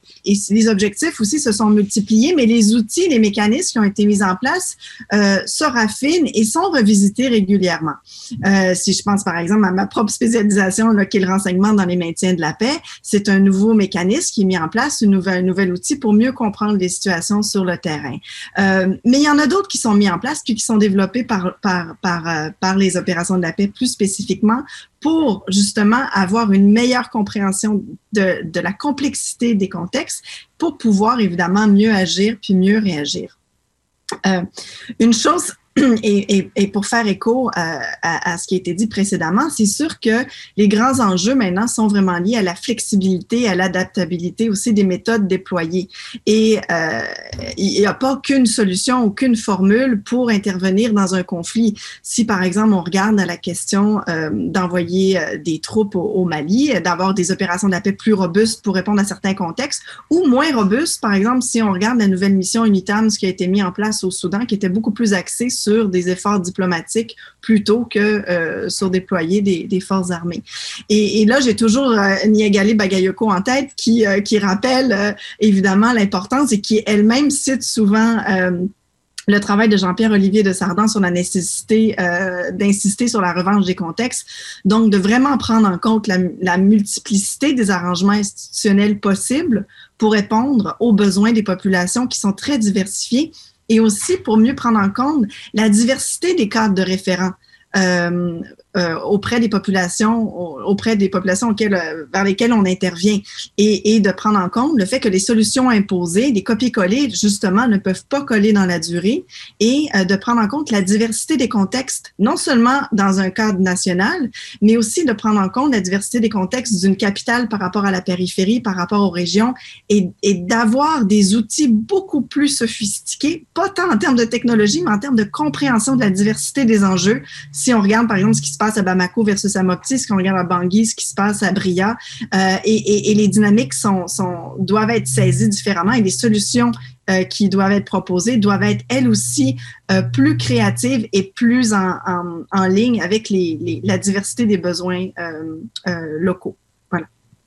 et les objectifs aussi se sont multipliés, mais les outils, les mécanismes qui ont été mis en place euh, se raffinent et sont revisités régulièrement. Euh, si je pense par exemple à ma propre spécialisation, là, qui est le renseignement dans les maintiens de la paix, c'est un nouveau mécanisme qui est mis en place, une nouvelle, un nouvel outil pour mieux comprendre les situations sur le terrain. Euh, mais il y en a d'autres qui sont mis en place puis qui sont développés par, par, par, euh, par les opérations de la paix plus spécifiquement pour justement avoir une meilleure compréhension de, de la complexité des contextes pour pouvoir évidemment mieux agir puis mieux réagir. Euh, une chose, et, et, et pour faire écho à, à, à ce qui a été dit précédemment, c'est sûr que les grands enjeux maintenant sont vraiment liés à la flexibilité, à l'adaptabilité aussi des méthodes déployées. Et euh, il n'y a pas qu'une solution, aucune formule pour intervenir dans un conflit. Si par exemple on regarde à la question euh, d'envoyer euh, des troupes au, au Mali, d'avoir des opérations de la paix plus robustes pour répondre à certains contextes, ou moins robustes, par exemple si on regarde la nouvelle mission UNITAMS qui a été mise en place au Soudan, qui était beaucoup plus axée sur sur des efforts diplomatiques plutôt que euh, sur déployer des, des forces armées. Et, et là, j'ai toujours euh, Niagali Bagayoko en tête qui, euh, qui rappelle euh, évidemment l'importance et qui elle-même cite souvent euh, le travail de Jean-Pierre Olivier de Sardan sur la nécessité euh, d'insister sur la revanche des contextes, donc de vraiment prendre en compte la, la multiplicité des arrangements institutionnels possibles pour répondre aux besoins des populations qui sont très diversifiés, et aussi pour mieux prendre en compte la diversité des cadres de référents euh, euh, auprès des populations, auprès des populations auxquelles, euh, vers lesquelles on intervient, et, et de prendre en compte le fait que les solutions imposées, des copier-coller, justement, ne peuvent pas coller dans la durée, et euh, de prendre en compte la diversité des contextes, non seulement dans un cadre national, mais aussi de prendre en compte la diversité des contextes d'une capitale par rapport à la périphérie, par rapport aux régions, et, et d'avoir des outils beaucoup plus sophistiqués, pas tant en termes de technologie, mais en termes de compréhension de la diversité des enjeux. Si on regarde, par exemple, ce qui se passe à Bamako versus à Mopti, ce qu'on regarde à Bangui, ce qui se passe à Bria, euh, et, et, et les dynamiques sont, sont, doivent être saisies différemment, et les solutions euh, qui doivent être proposées doivent être, elles aussi, euh, plus créatives et plus en, en, en ligne avec les, les, la diversité des besoins euh, euh, locaux. Voilà.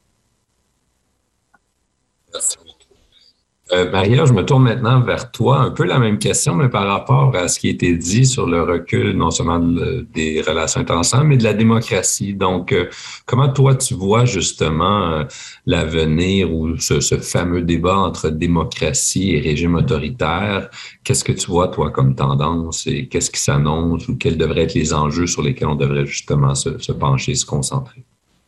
Merci. Euh, Maria, je me tourne maintenant vers toi. Un peu la même question, mais par rapport à ce qui a été dit sur le recul, non seulement de, des relations internationales, mais de la démocratie. Donc, euh, comment toi, tu vois justement euh, l'avenir ou ce, ce fameux débat entre démocratie et régime autoritaire? Qu'est-ce que tu vois, toi, comme tendance, et qu'est-ce qui s'annonce ou quels devraient être les enjeux sur lesquels on devrait justement se, se pencher, se concentrer?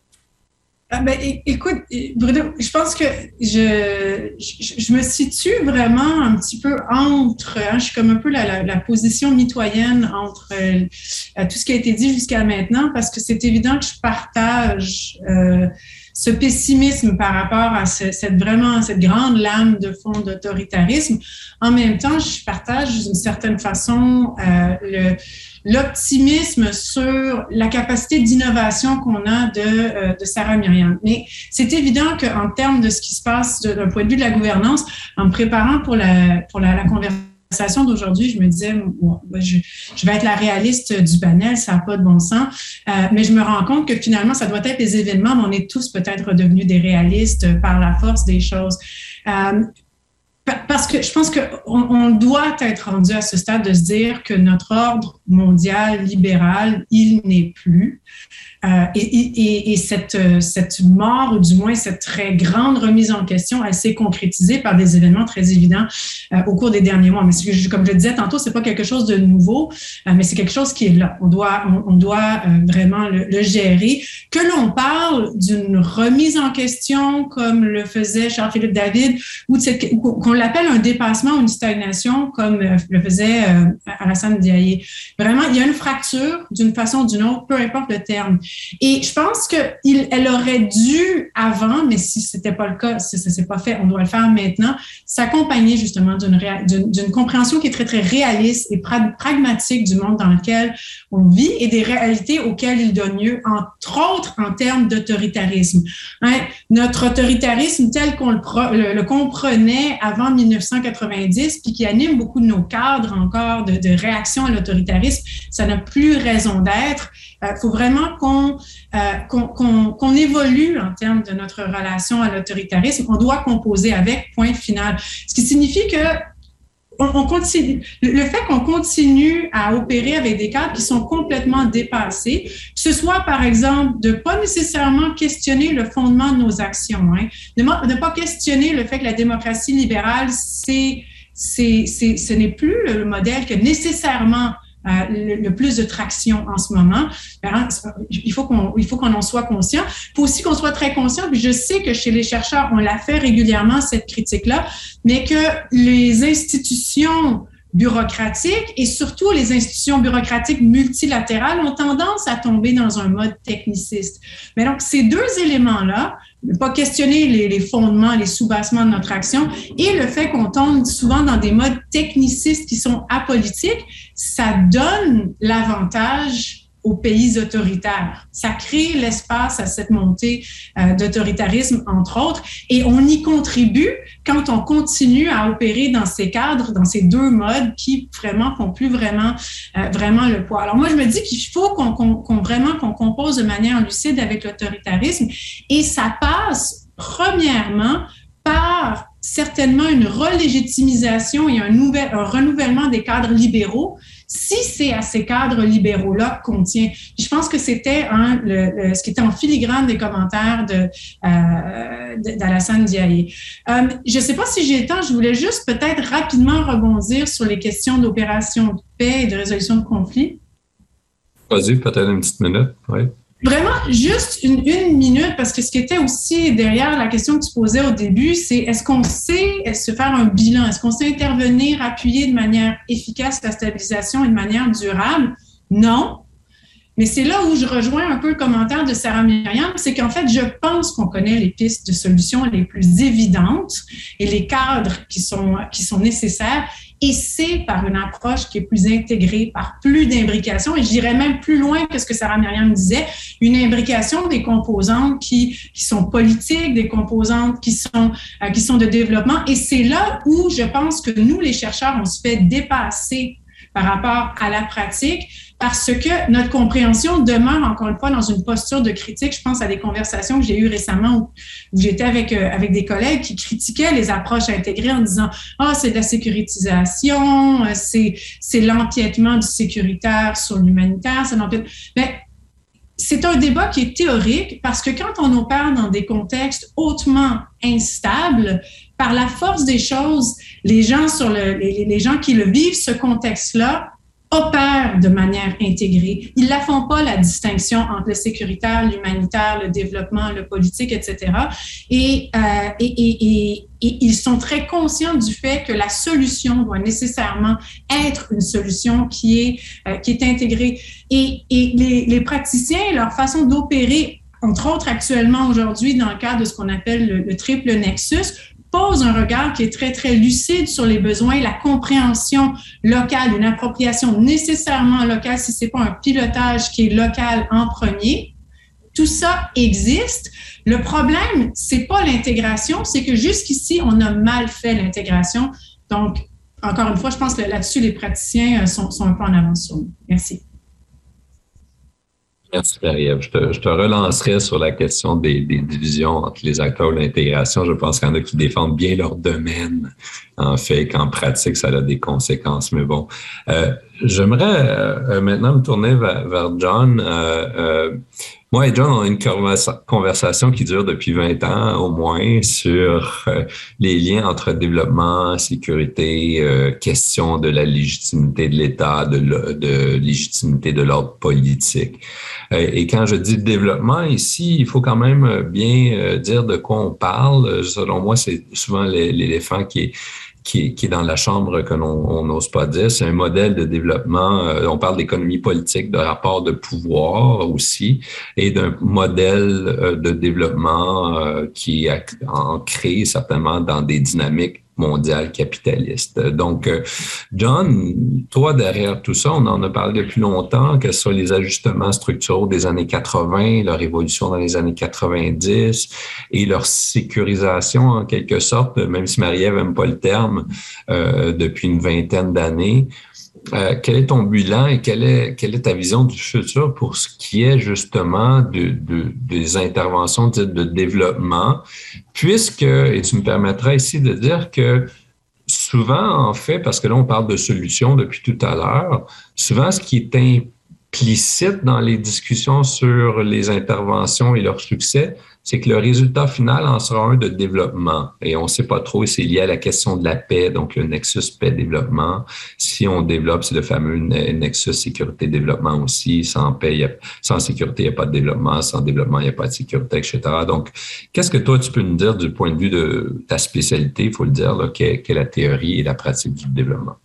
Ah ben, écoute, Bruno, je pense que je, je, je me situe vraiment un petit peu entre, hein, je suis comme un peu la, la, la position mitoyenne entre euh, tout ce qui a été dit jusqu'à maintenant, parce que c'est évident que je partage euh, ce pessimisme par rapport à ce, cette vraiment cette grande lame de fond d'autoritarisme. En même temps, je partage d'une certaine façon euh, le l'optimisme sur la capacité d'innovation qu'on a de, euh, de Sarah Myriam. Mais c'est évident qu'en termes de ce qui se passe de, d'un point de vue de la gouvernance, en me préparant pour la, pour la, la conversation d'aujourd'hui, je me disais, bon, je, je vais être la réaliste du panel, ça n'a pas de bon sens, euh, mais je me rends compte que finalement, ça doit être les événements, mais on est tous peut-être devenus des réalistes par la force des choses. Euh, Parce que je pense qu'on on doit être rendu à ce stade de se dire que notre ordre mondial libéral, il n'est plus. Euh, et et, et cette, cette mort, ou du moins cette très grande remise en question, elle s'est concrétisée par des événements très évidents euh, au cours des derniers mois. Mais comme je le disais tantôt, c'est pas quelque chose de nouveau, euh, mais c'est quelque chose qui est là. On doit, on, on doit euh, vraiment le, le gérer. Que l'on parle d'une remise en question, comme le faisait Charles-Philippe David, ou de cette, qu'on l'appelle un dépassement ou une stagnation, comme euh, le faisait euh, Alassane Diaye. Vraiment, il y a une fracture d'une façon ou d'une autre, peu importe le terme. Et je pense qu'elle aurait dû avant, mais si ce n'était pas le cas, si ça ne s'est pas fait, on doit le faire maintenant, s'accompagner justement d'une, d'une, d'une compréhension qui est très, très réaliste et pra- pragmatique du monde dans lequel on vit et des réalités auxquelles il donne lieu, entre autres en termes d'autoritarisme. Hein? Notre autoritarisme tel qu'on le, pro- le, le comprenait avant avant mille neuf cent quatre-vingt-dix, puis qui anime beaucoup de nos cadres encore de, de réaction à l'autoritarisme, ça n'a plus raison d'être. Il euh, faut vraiment qu'on, euh, qu'on, qu'on, qu'on évolue en termes de notre relation à l'autoritarisme. On doit composer avec, point final. Ce qui signifie que On, on continue, le fait qu'on continue à opérer avec des cadres qui sont complètement dépassés, que ce soit, par exemple, de ne pas nécessairement questionner le fondement de nos actions, hein, de ne pas questionner le fait que la démocratie libérale, c'est, c'est, c'est, ce n'est plus le modèle que nécessairement Euh, le, le plus de traction en ce moment. Alors, il faut qu'on, il faut qu'on en soit conscient. Il faut aussi qu'on soit très conscient, puis je sais que chez les chercheurs, on la fait régulièrement, cette critique-là, mais que les institutions bureaucratiques et surtout les institutions bureaucratiques multilatérales ont tendance à tomber dans un mode techniciste. Mais donc, ces deux éléments-là, ne pas questionner les, les fondements, les sous-bassements de notre action et le fait qu'on tombe souvent dans des modes technicistes qui sont apolitiques, ça donne l'avantage aux pays autoritaires. Ça crée l'espace à cette montée euh, d'autoritarisme, entre autres, et on y contribue quand on continue à opérer dans ces cadres, dans ces deux modes qui vraiment font plus vraiment, euh, vraiment le poids. Alors moi, je me dis qu'il faut qu'on, qu'on, qu'on vraiment qu'on compose de manière lucide avec l'autoritarisme, et ça passe premièrement par certainement une relégitimisation et un, nouvel, un renouvellement des cadres libéraux, si c'est à ces cadres libéraux-là qu'on tient. Je pense que c'était hein, le, le, ce qui était en filigrane des commentaires de, euh, d'Alassane Diaye. Euh, je ne sais pas si j'ai le temps, je voulais juste peut-être rapidement rebondir sur les questions d'opération de paix et de résolution de conflits. Vas-y, peut-être une petite minute, oui. Vraiment, juste une, une minute, parce que ce qui était aussi derrière la question que tu posais au début, c'est est-ce qu'on sait se faire un bilan? Est-ce qu'on sait intervenir, appuyer de manière efficace la stabilisation et de manière durable? Non. Mais c'est là où je rejoins un peu le commentaire de Sarah Myriam, c'est qu'en fait, je pense qu'on connaît les pistes de solutions les plus évidentes et les cadres qui sont, qui sont nécessaires. Et c'est par une approche qui est plus intégrée, par plus d'imbrication. Et je dirais même plus loin que ce que Sarah Myriam disait, une imbrication des composantes qui, qui sont politiques, des composantes qui sont, euh, qui sont de développement. Et c'est là où je pense que nous, les chercheurs, on se fait dépasser par rapport à la pratique, parce que notre compréhension demeure encore une fois dans une posture de critique. Je pense à des conversations que j'ai eues récemment où, où j'étais avec, euh, avec des collègues qui critiquaient les approches intégrées en disant « Ah, c'est de la sécurisation, c'est, c'est l'empiètement du sécuritaire sur l'humanitaire. » C'est l'empiètement. Mais c'est un débat qui est théorique parce que quand on opère dans des contextes hautement instables, par la force des choses, les gens, sur le, les, les gens qui le vivent, ce contexte-là, opèrent de manière intégrée. Ils ne la font pas, la distinction entre le sécuritaire, l'humanitaire, le développement, le politique, et cetera. Et, euh, et, et, et, et ils sont très conscients du fait que la solution doit nécessairement être une solution qui est, euh, qui est intégrée. Et, et les, les praticiens, leur façon d'opérer, entre autres actuellement aujourd'hui dans le cadre de ce qu'on appelle le, le triple nexus, pose un regard qui est très, très lucide sur les besoins, la compréhension locale, une appropriation nécessairement locale, si ce n'est pas un pilotage qui est local en premier. Tout ça existe. Le problème, ce n'est pas l'intégration, c'est que jusqu'ici, on a mal fait l'intégration. Donc, encore une fois, je pense que là-dessus, les praticiens sont, sont un peu en avance sur nous. Merci. Merci, Marie-Ève. Je te, je te relancerai sur la question des, des divisions entre les acteurs de l'intégration. Je pense qu'il y en a qui défendent bien leur domaine, en fait, qu'en pratique, ça a des conséquences. Mais bon, euh, j'aimerais euh, maintenant me tourner vers, vers John. Euh, euh, moi et John, on a une conversa- conversation qui dure depuis vingt ans au moins sur euh, les liens entre développement, sécurité, euh, question de la légitimité de l'État, de, de légitimité de l'ordre politique. Euh, et quand je dis développement ici, il faut quand même bien euh, dire de quoi on parle. Selon moi, c'est souvent l'éléphant qui est Qui est, qui est dans la chambre que l'on n'ose pas dire. C'est un modèle de développement. Euh, on parle d'économie politique, de rapport de pouvoir aussi, et d'un modèle euh, de développement euh, qui est ancré certainement dans des dynamiques mondial capitaliste. Donc, John, toi, derrière tout ça, on en a parlé depuis longtemps, que ce soit les ajustements structuraux des années quatre-vingt, leur évolution dans les années quatre-vingt-dix et leur sécurisation, en quelque sorte, même si Marie-Ève n'aime pas le terme, euh, depuis une vingtaine d'années. Euh, quel est ton bilan et quelle est, quelle est ta vision du futur pour ce qui est justement de, de, des interventions de, de développement, puisque, et tu me permettras ici de dire que souvent, en fait, parce que là, on parle de solutions depuis tout à l'heure, souvent, ce qui est implicite dans les discussions sur les interventions et leur succès, c'est que le résultat final en sera un de développement. Et on ne sait pas trop, c'est lié à la question de la paix, donc le nexus paix-développement. Si on développe, c'est le fameux nexus sécurité-développement aussi. Sans paix, y a, sans sécurité, il n'y a pas de développement. Sans développement, il n'y a pas de sécurité, et cetera. Donc, qu'est-ce que toi, tu peux nous dire du point de vue de ta spécialité, il faut le dire, là, qu'est, qu'est la théorie et la pratique du développement?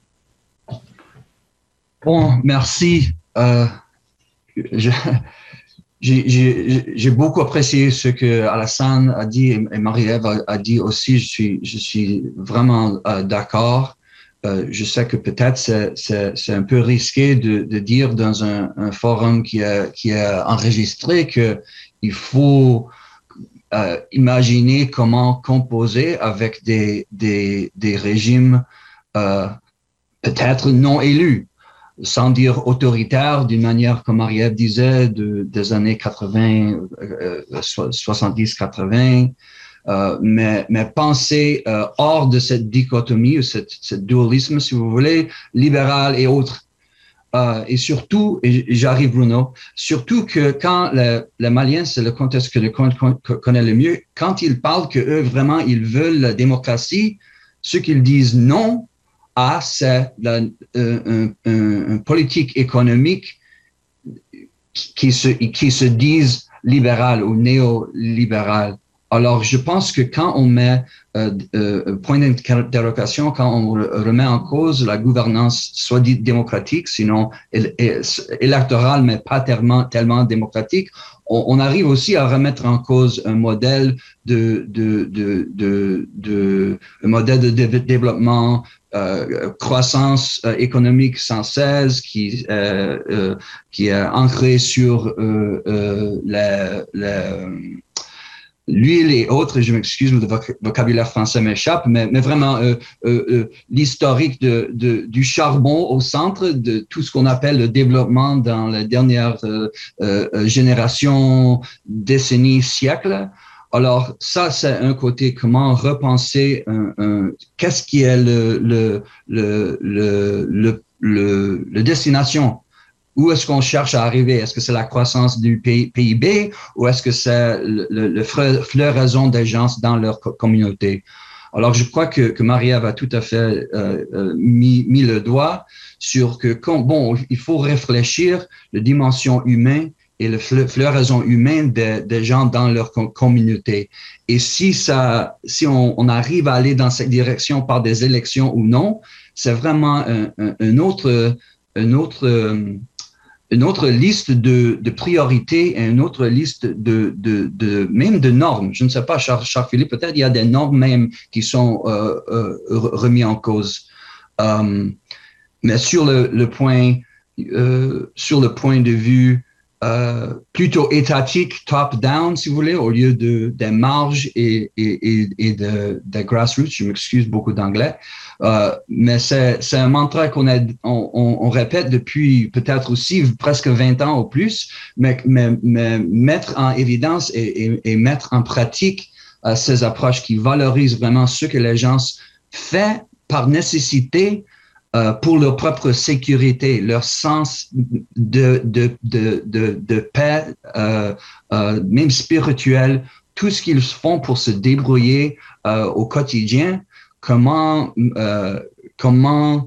Bon, merci. Euh, je... J'ai, j'ai, j'ai beaucoup apprécié ce que Alassane a dit et Marie-Ève a, a dit aussi. Je suis, je suis vraiment euh, d'accord. Euh, je sais que peut-être c'est, c'est, c'est un peu risqué de, de dire dans un, un forum qui est, qui est enregistré que il faut euh, imaginer comment composer avec des, des, des régimes euh, peut-être non élus, sans dire autoritaire, d'une manière, comme Marie-Ève disait, de, des années quatre-vingts, euh, soixante-dix quatre-vingts, euh, mais, mais penser euh, hors de cette dichotomie, cette, ce dualisme, si vous voulez, libéral et autre. Euh, et surtout, et j'arrive Bruno, surtout que quand le, le Malien, c'est le contexte que le connaît le mieux, quand ils parlent que eux vraiment, ils veulent la démocratie, ce qu'ils disent non, Ah, c'est la, euh, un, un, un politique économique qui se, qui se disent libéral ou néolibéral. Alors, je pense que quand on met euh, euh, point d'interrogation, quand on remet en cause la gouvernance soit dite démocratique, sinon électorale, mais pas tellement, tellement démocratique, on, on arrive aussi à remettre en cause un modèle de, de, de, de, de un modèle de développement, euh, croissance euh, économique sans cesse, qui, euh, euh, qui est ancré sur euh, euh, la, la l'huile et autres, je m'excuse, le vocabulaire français m'échappe, mais, mais vraiment euh, euh, euh, l'historique de, de, du charbon au centre de tout ce qu'on appelle le développement dans les dernières euh, euh, générations, décennies, siècles. Alors ça, c'est un côté comment repenser un, un, qu'est-ce qui est le, le, le, le, le, le, le destination. Où est-ce qu'on cherche à arriver? Est-ce que c'est la croissance du P I B ou est-ce que c'est le, le, le floraison des gens dans leur communauté? Alors, je crois que, que Marie-Ève a tout à fait euh, euh, mis, mis le doigt sur que, quand, bon, il faut réfléchir la dimension humaine et la floraison humaine des, des gens dans leur communauté. Et si ça, si on, on arrive à aller dans cette direction par des élections ou non, c'est vraiment un, un, un autre, un autre euh, une autre liste de, de priorités et une autre liste de, de, de, même de normes. Je ne sais pas, Charles, Charles Philippe, peut-être il y a des normes même qui sont euh, euh, remis en cause. Um, mais sur le, le point, euh, sur le point de vue euh, plutôt étatique, top-down, si vous voulez, au lieu de des marges et, et, et, et de, de grassroots. Je m'excuse beaucoup d'anglais. Euh, mais c'est, c'est un mantra qu'on a, on, on, on répète depuis peut-être aussi presque vingt ans ou plus, mais, mais, mais mettre en évidence et, et, et mettre en pratique euh, ces approches qui valorisent vraiment ce que les gens font par nécessité euh, pour leur propre sécurité, leur sens de, de, de, de, de paix, euh, euh, même spirituelle, tout ce qu'ils font pour se débrouiller euh, au quotidien. Comment, euh, comment,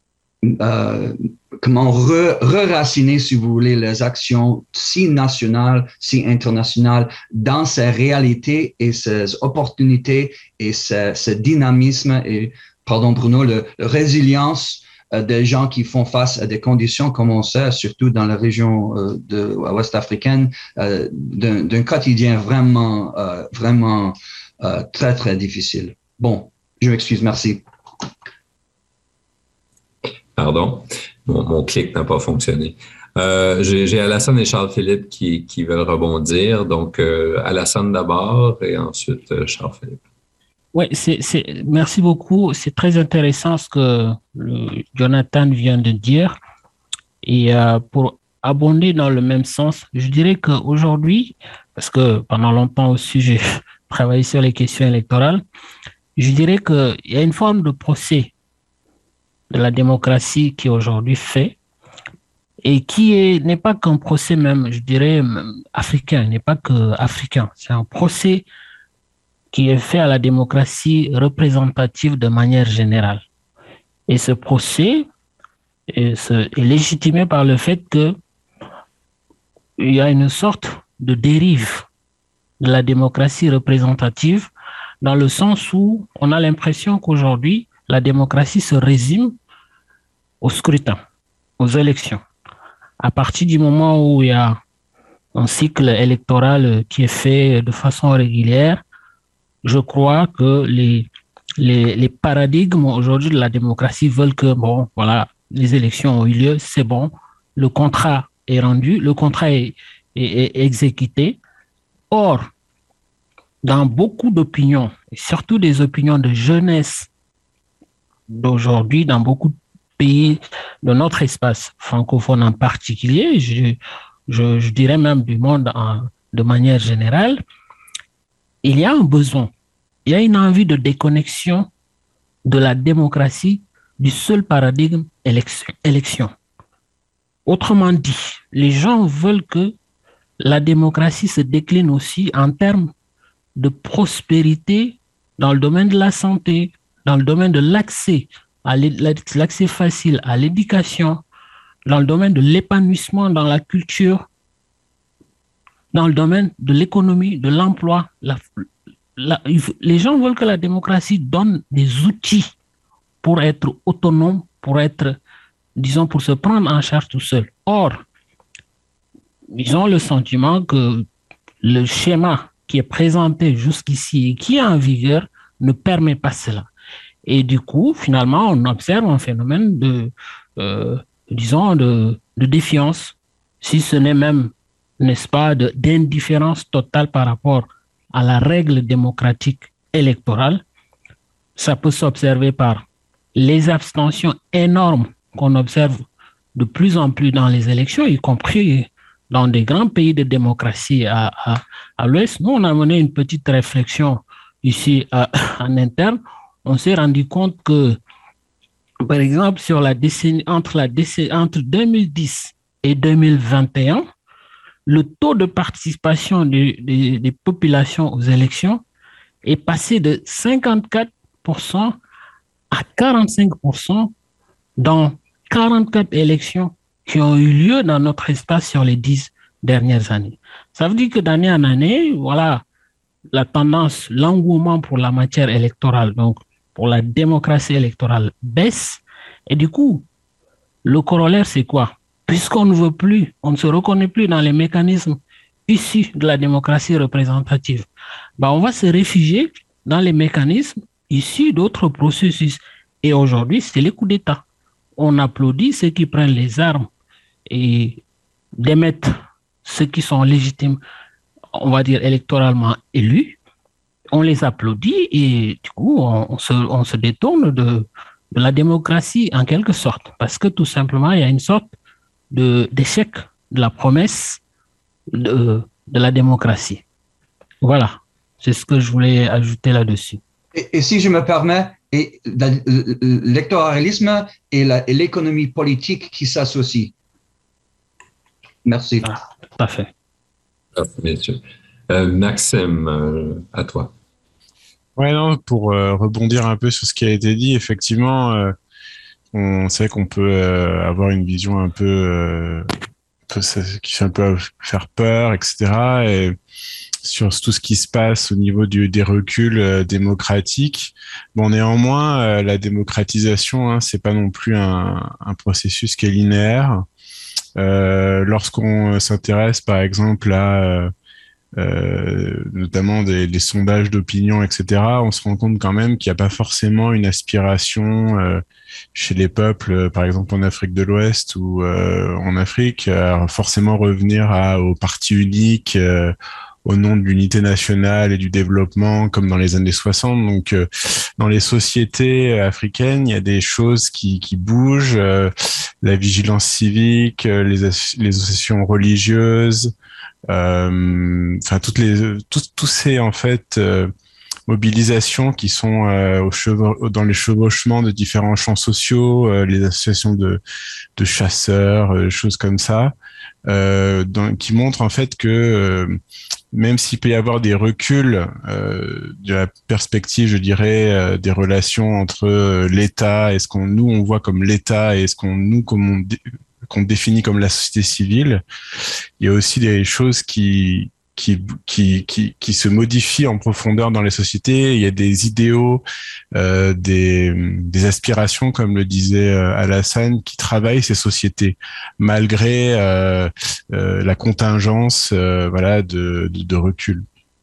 euh, comment re, re-raciner, si vous voulez, les actions si nationales, si internationales dans ces réalités et ces opportunités et ce, ce dynamisme et, pardon Bruno, le, le résilience euh, des gens qui font face à des conditions, comme on sait, surtout dans la région euh, de ouest africaine, euh, d'un, d'un quotidien vraiment, euh, vraiment euh, très, très difficile. Bon. Je m'excuse, merci. Pardon, mon, mon clic n'a pas fonctionné. Euh, j'ai, j'ai Alassane et Charles-Philippe qui, qui veulent rebondir. Donc, euh, Alassane d'abord et ensuite euh, Charles-Philippe. Oui, c'est, c'est, merci beaucoup. C'est très intéressant ce que le Jonathan vient de dire. Et euh, pour abonder dans le même sens, je dirais qu'aujourd'hui, parce que pendant longtemps aussi, j'ai travaillé sur les questions électorales, je dirais qu'il y a une forme de procès de la démocratie qui est aujourd'hui fait et qui est, n'est pas qu'un procès même, je dirais, africain, n'est pas que africain. C'est un procès qui est fait à la démocratie représentative de manière générale. Et ce procès est, est légitimé par le fait que il y a une sorte de dérive de la démocratie représentative dans le sens où on a l'impression qu'aujourd'hui, la démocratie se résume au scrutin, aux élections. À partir du moment où il y a un cycle électoral qui est fait de façon régulière, je crois que les, les, les paradigmes aujourd'hui de la démocratie veulent que, bon, voilà, les élections ont eu lieu, c'est bon, le contrat est rendu, le contrat est, est, est exécuté. Or, dans beaucoup d'opinions, et surtout des opinions de jeunesse d'aujourd'hui, dans beaucoup de pays de notre espace francophone en particulier, je, je, je dirais même du monde en, de manière générale, il y a un besoin, il y a une envie de déconnexion de la démocratie du seul paradigme élection. élection. Autrement dit, les gens veulent que la démocratie se décline aussi en termes de prospérité dans le domaine de la santé, dans le domaine de l'accès, à l'accès facile à l'éducation, dans le domaine de l'épanouissement dans la culture, dans le domaine de l'économie, de l'emploi. La, la, les gens veulent que la démocratie donne des outils pour être autonome, pour être, disons, pour se prendre en charge tout seul. Or, ils ont le sentiment que le schéma qui est présenté jusqu'ici et qui est en vigueur ne permet pas cela. Et du coup, finalement, on observe un phénomène de, euh, disons, de, de défiance, si ce n'est même, n'est-ce pas, de, d'indifférence totale par rapport à la règle démocratique électorale. Ça peut s'observer par les abstentions énormes qu'on observe de plus en plus dans les élections, y compris dans des grands pays de démocratie à, à, à l'Ouest. Nous, on a mené une petite réflexion ici à, en interne. On s'est rendu compte que, par exemple, sur la décennie, entre, la décennie, entre deux mille dix et deux mille vingt et un, le taux de participation des, des, des populations aux élections est passé de cinquante-quatre pour cent à quarante-cinq pour cent dans quarante-quatre élections qui ont eu lieu dans notre espace sur les dix dernières années. Ça veut dire que d'année en année, voilà, la tendance, l'engouement pour la matière électorale, donc pour la démocratie électorale baisse. Et du coup, le corollaire, c'est quoi? Puisqu'on ne veut plus, on ne se reconnaît plus dans les mécanismes issus de la démocratie représentative, ben on va se réfugier dans les mécanismes issus d'autres processus. Et aujourd'hui, c'est les coups d'État. On applaudit ceux qui prennent les armes et démettent ceux qui sont légitimes, on va dire électoralement élus. On les applaudit et du coup, on, on, se, on se détourne de, de la démocratie en quelque sorte. Parce que tout simplement, il y a une sorte de, d'échec de la promesse de, de la démocratie. Voilà, c'est ce que je voulais ajouter là-dessus. Et, et si je me permets, et l'électoralisme et, la, et l'économie politique qui s'associent. Merci. Ah, tout à fait. Merci, messieurs. Euh, Maxime, euh, à toi. Ouais, non, pour euh, rebondir un peu sur ce qui a été dit, effectivement, euh, on sait qu'on peut euh, avoir une vision un peu, euh, peu qui fait un peu faire peur, et cetera. Et sur tout ce qui se passe au niveau du, des reculs euh, démocratiques. Bon, néanmoins, euh, la démocratisation, hein, c'est pas non plus un, un processus qui est linéaire. Euh, lorsqu'on s'intéresse, par exemple, à euh, euh, notamment des, des sondages d'opinion, et cetera, on se rend compte quand même qu'il n'y a pas forcément une aspiration euh, chez les peuples, par exemple en Afrique de l'Ouest ou euh, en Afrique, à forcément revenir à, au parti unique, euh, au nom de l'unité nationale et du développement, comme dans les années soixante. Donc, euh, dans les sociétés africaines, il y a des choses qui, qui bougent, euh, la vigilance civique, les, as- les associations religieuses, euh, enfin toutes les, tous, tous ces en fait euh, mobilisations qui sont euh, au chevau- dans les chevauchements de différents champs sociaux, euh, les associations de, de chasseurs, euh, choses comme ça, euh, dans, qui montrent en fait que euh, même s'il peut y avoir des reculs euh, de la perspective, je dirais, euh, des relations entre euh, l'État et ce qu'on nous on voit comme l'État et ce qu'on nous comme on dé- qu'on définit comme la société civile, il y a aussi des choses qui qui qui qui, qui se modifient en profondeur dans les sociétés. Il y a des idéaux, euh, des des aspirations, comme le disait euh, Alassane, qui travaillent ces sociétés malgré euh, euh, la contingence, euh, voilà, de, de de recul.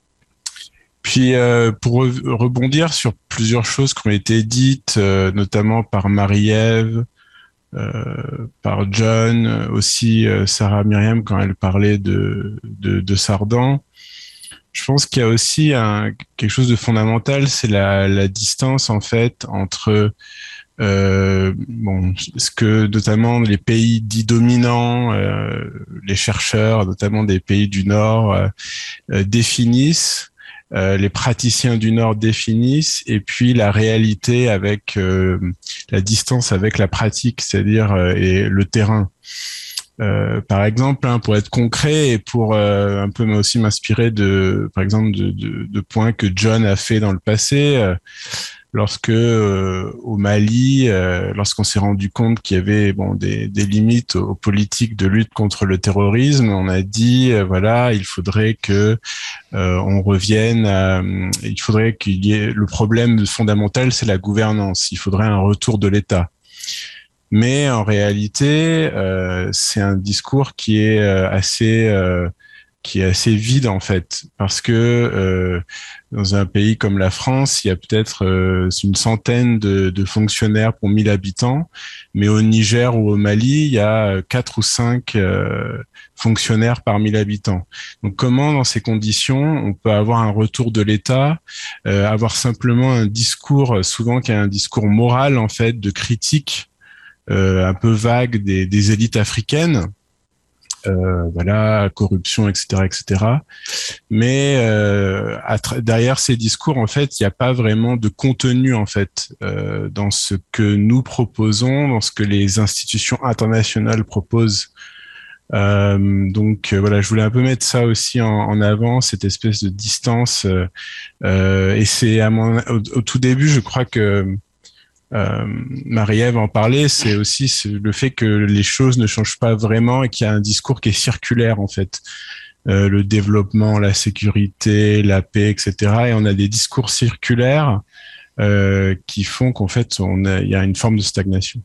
Puis euh, pour re- rebondir sur plusieurs choses qui ont été dites, euh, notamment par Marie-Ève, euh, par John, aussi euh, Sarah Myriam quand elle parlait de, de, de Sardan. Je pense qu'il y a aussi un, quelque chose de fondamental, c'est la, la distance en fait entre euh, bon, ce que notamment les pays dits dominants, euh, les chercheurs, notamment des pays du Nord, euh, euh, définissent, euh, les praticiens du Nord définissent, et puis la réalité avec euh, la distance avec la pratique, c'est-à-dire euh, et le terrain. Euh, par exemple, hein, pour être concret et pour euh, un peu aussi m'inspirer de, par exemple, de, de, de points que John a fait dans le passé, euh, lorsque euh, au Mali, euh, lorsqu'on s'est rendu compte qu'il y avait bon des, des limites aux politiques de lutte contre le terrorisme, on a dit euh, voilà, il faudrait que euh, on revienne, à, il faudrait qu'il y ait le problème fondamental, c'est la gouvernance. Il faudrait un retour de l'État. Mais en réalité, euh, c'est un discours qui est euh, assez euh, qui est assez vide en fait, parce que euh, dans un pays comme la France, il y a peut-être euh, une centaine de, de fonctionnaires pour mille habitants, mais au Niger ou au Mali, il y a quatre ou cinq euh, fonctionnaires par mille habitants. Donc comment, dans ces conditions, on peut avoir un retour de l'État, euh, avoir simplement un discours, souvent qui est un discours moral en fait, de critique euh, un peu vague des, des élites africaines. Euh, voilà, corruption, et cetera, et cetera. Mais euh, à tra- derrière ces discours, en fait, il n'y a pas vraiment de contenu, en fait, euh, dans ce que nous proposons, dans ce que les institutions internationales proposent. Euh, donc euh, voilà, je voulais un peu mettre ça aussi en, en avant, cette espèce de distance. Euh, euh, et c'est à mon, au, au tout début, je crois que Euh, Marie-Ève en parlait, c'est aussi le fait que les choses ne changent pas vraiment et qu'il y a un discours qui est circulaire en fait. Euh, le développement, la sécurité, la paix, et cetera. Et on a des discours circulaires euh, qui font qu'en fait, on a, il y a une forme de stagnation.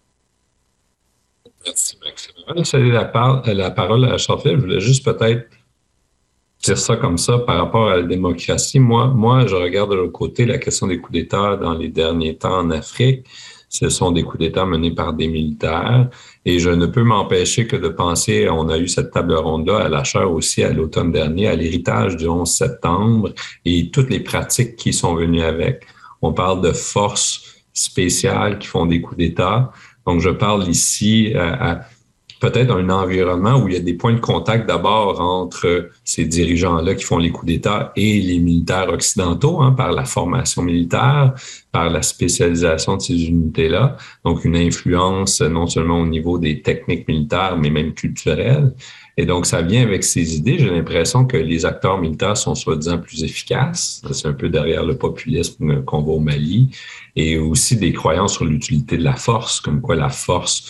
Merci, Maxime. Avant de céder la, par- la parole à Charles-Philippe, je voulais juste peut-être dire ça comme ça par rapport à la démocratie. Moi, moi, je regarde de l'autre côté la question des coups d'État dans les derniers temps en Afrique. Ce sont des coups d'État menés par des militaires. Et je ne peux m'empêcher que de penser, on a eu cette table ronde-là à la chaire aussi à l'automne dernier, à l'héritage du onze septembre et toutes les pratiques qui sont venues avec. On parle de forces spéciales qui font des coups d'État. Donc, je parle ici à, à peut-être un environnement où il y a des points de contact d'abord entre ces dirigeants-là qui font les coups d'État et les militaires occidentaux, hein, par la formation militaire, par la spécialisation de ces unités-là. Donc, une influence non seulement au niveau des techniques militaires, mais même culturelles. Et donc, ça vient avec ces idées. J'ai l'impression que les acteurs militaires sont soi-disant plus efficaces. C'est un peu derrière le populisme qu'on voit au Mali. Et aussi des croyances sur l'utilité de la force, comme quoi la force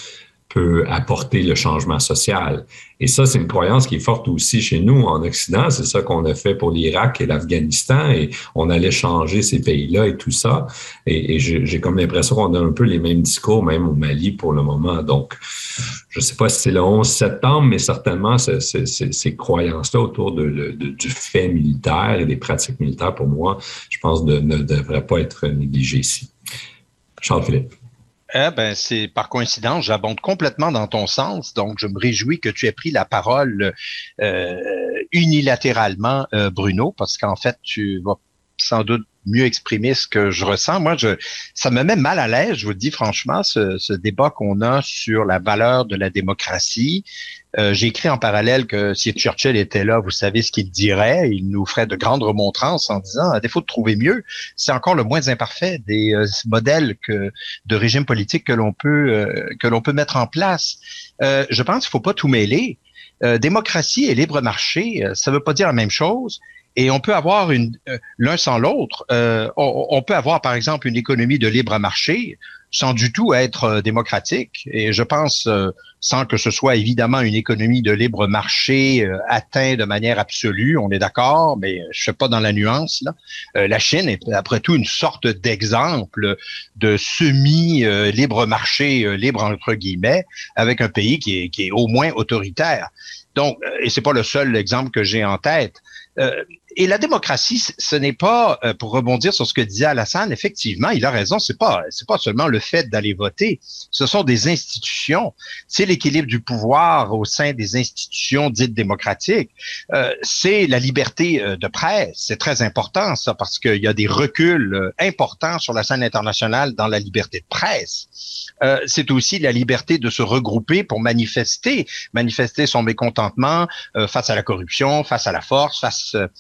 peut apporter le changement social. Et ça, c'est une croyance qui est forte aussi chez nous en Occident. C'est ça qu'on a fait pour l'Irak et l'Afghanistan, et on allait changer ces pays-là et tout ça. Et, et j'ai, j'ai comme l'impression qu'on a un peu les mêmes discours, même au Mali pour le moment. Donc, je ne sais pas si c'est le onze septembre, mais certainement c'est, c'est, c'est, ces croyances-là autour de, de, de, du fait militaire et des pratiques militaires, pour moi, je pense, de, ne devraient pas être négligées ici. Charles-Philippe. Eh ben, c'est par coïncidence, j'abonde complètement dans ton sens, donc je me réjouis que tu aies pris la parole euh, unilatéralement, euh, Bruno, parce qu'en fait, tu vas sans doute mieux exprimer ce que je ressens. Moi, je, ça me met mal à l'aise, je vous le dis franchement, ce, ce débat qu'on a sur la valeur de la démocratie. Euh, j'ai écrit en parallèle que si Churchill était là, vous savez ce qu'il dirait. Il nous ferait de grandes remontrances en disant, à défaut de trouver mieux, c'est encore le moins imparfait des euh, modèles que, de régime politique que l'on peut euh, que l'on peut mettre en place. Euh, je pense qu'il faut pas tout mêler. Euh, démocratie et libre marché, euh, ça veut pas dire la même chose. Et on peut avoir une euh, l'un sans l'autre. Euh, on, on peut avoir, par exemple, une économie de libre marché sans du tout être euh, démocratique. Et je pense, euh, sans que ce soit évidemment une économie de libre marché euh, atteinte de manière absolue, on est d'accord, mais je ne suis pas dans la nuance, là. Euh, la Chine est après tout une sorte d'exemple de semi-libre marché, euh, libre entre guillemets, avec un pays qui est, qui est au moins autoritaire. Donc, et c'est pas le seul exemple que j'ai en tête. Euh, et la démocratie, ce n'est pas, euh, pour rebondir sur ce que disait Alassane, effectivement, il a raison, c'est pas, c'est pas seulement le fait d'aller voter, ce sont des institutions, c'est l'équilibre du pouvoir au sein des institutions dites démocratiques, euh, c'est la liberté euh, de presse, c'est très important ça, parce qu'il y a des reculs euh, importants sur la scène internationale dans la liberté de presse. Euh, c'est aussi la liberté de se regrouper pour manifester, manifester son mécontentement euh, face à la corruption, face à la force, face euh,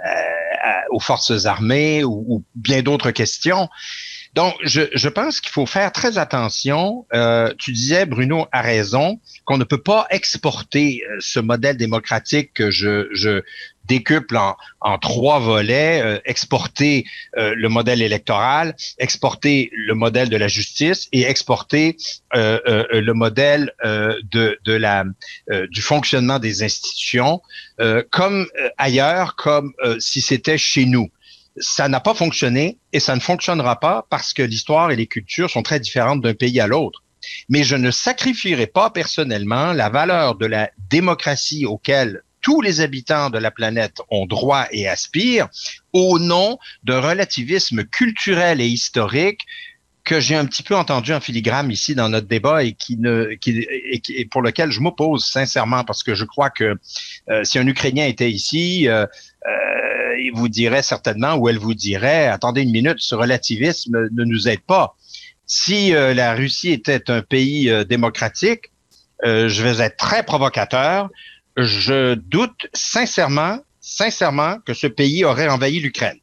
aux forces armées ou, ou bien d'autres questions. Donc, je, je pense qu'il faut faire très attention. Euh, tu disais, Bruno a raison, qu'on ne peut pas exporter ce modèle démocratique que je, je décuple en, en trois volets, euh, exporter euh, le modèle électoral, exporter le modèle de la justice et exporter euh, euh, le modèle euh, de, de la euh, du fonctionnement des institutions, euh, comme euh, ailleurs, comme euh, si c'était chez nous. Ça n'a pas fonctionné et ça ne fonctionnera pas parce que l'histoire et les cultures sont très différentes d'un pays à l'autre. Mais je ne sacrifierai pas personnellement la valeur de la démocratie auquel tous les habitants de la planète ont droit et aspirent au nom d'un relativisme culturel et historique que j'ai un petit peu entendu en filigrane ici dans notre débat et qui ne qui et, qui, et pour lequel je m'oppose sincèrement parce que je crois que euh, si un Ukrainien était ici, euh, euh, il vous dirait certainement ou elle vous dirait attendez une minute, ce relativisme ne nous aide pas. Si euh, la Russie était un pays euh, démocratique, euh, je vais être très provocateur. Je doute sincèrement, sincèrement que ce pays aurait envahi l'Ukraine.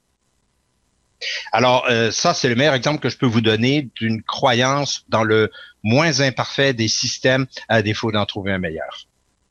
Alors, euh, ça, c'est le meilleur exemple que je peux vous donner d'une croyance dans le moins imparfait des systèmes, à défaut d'en trouver un meilleur.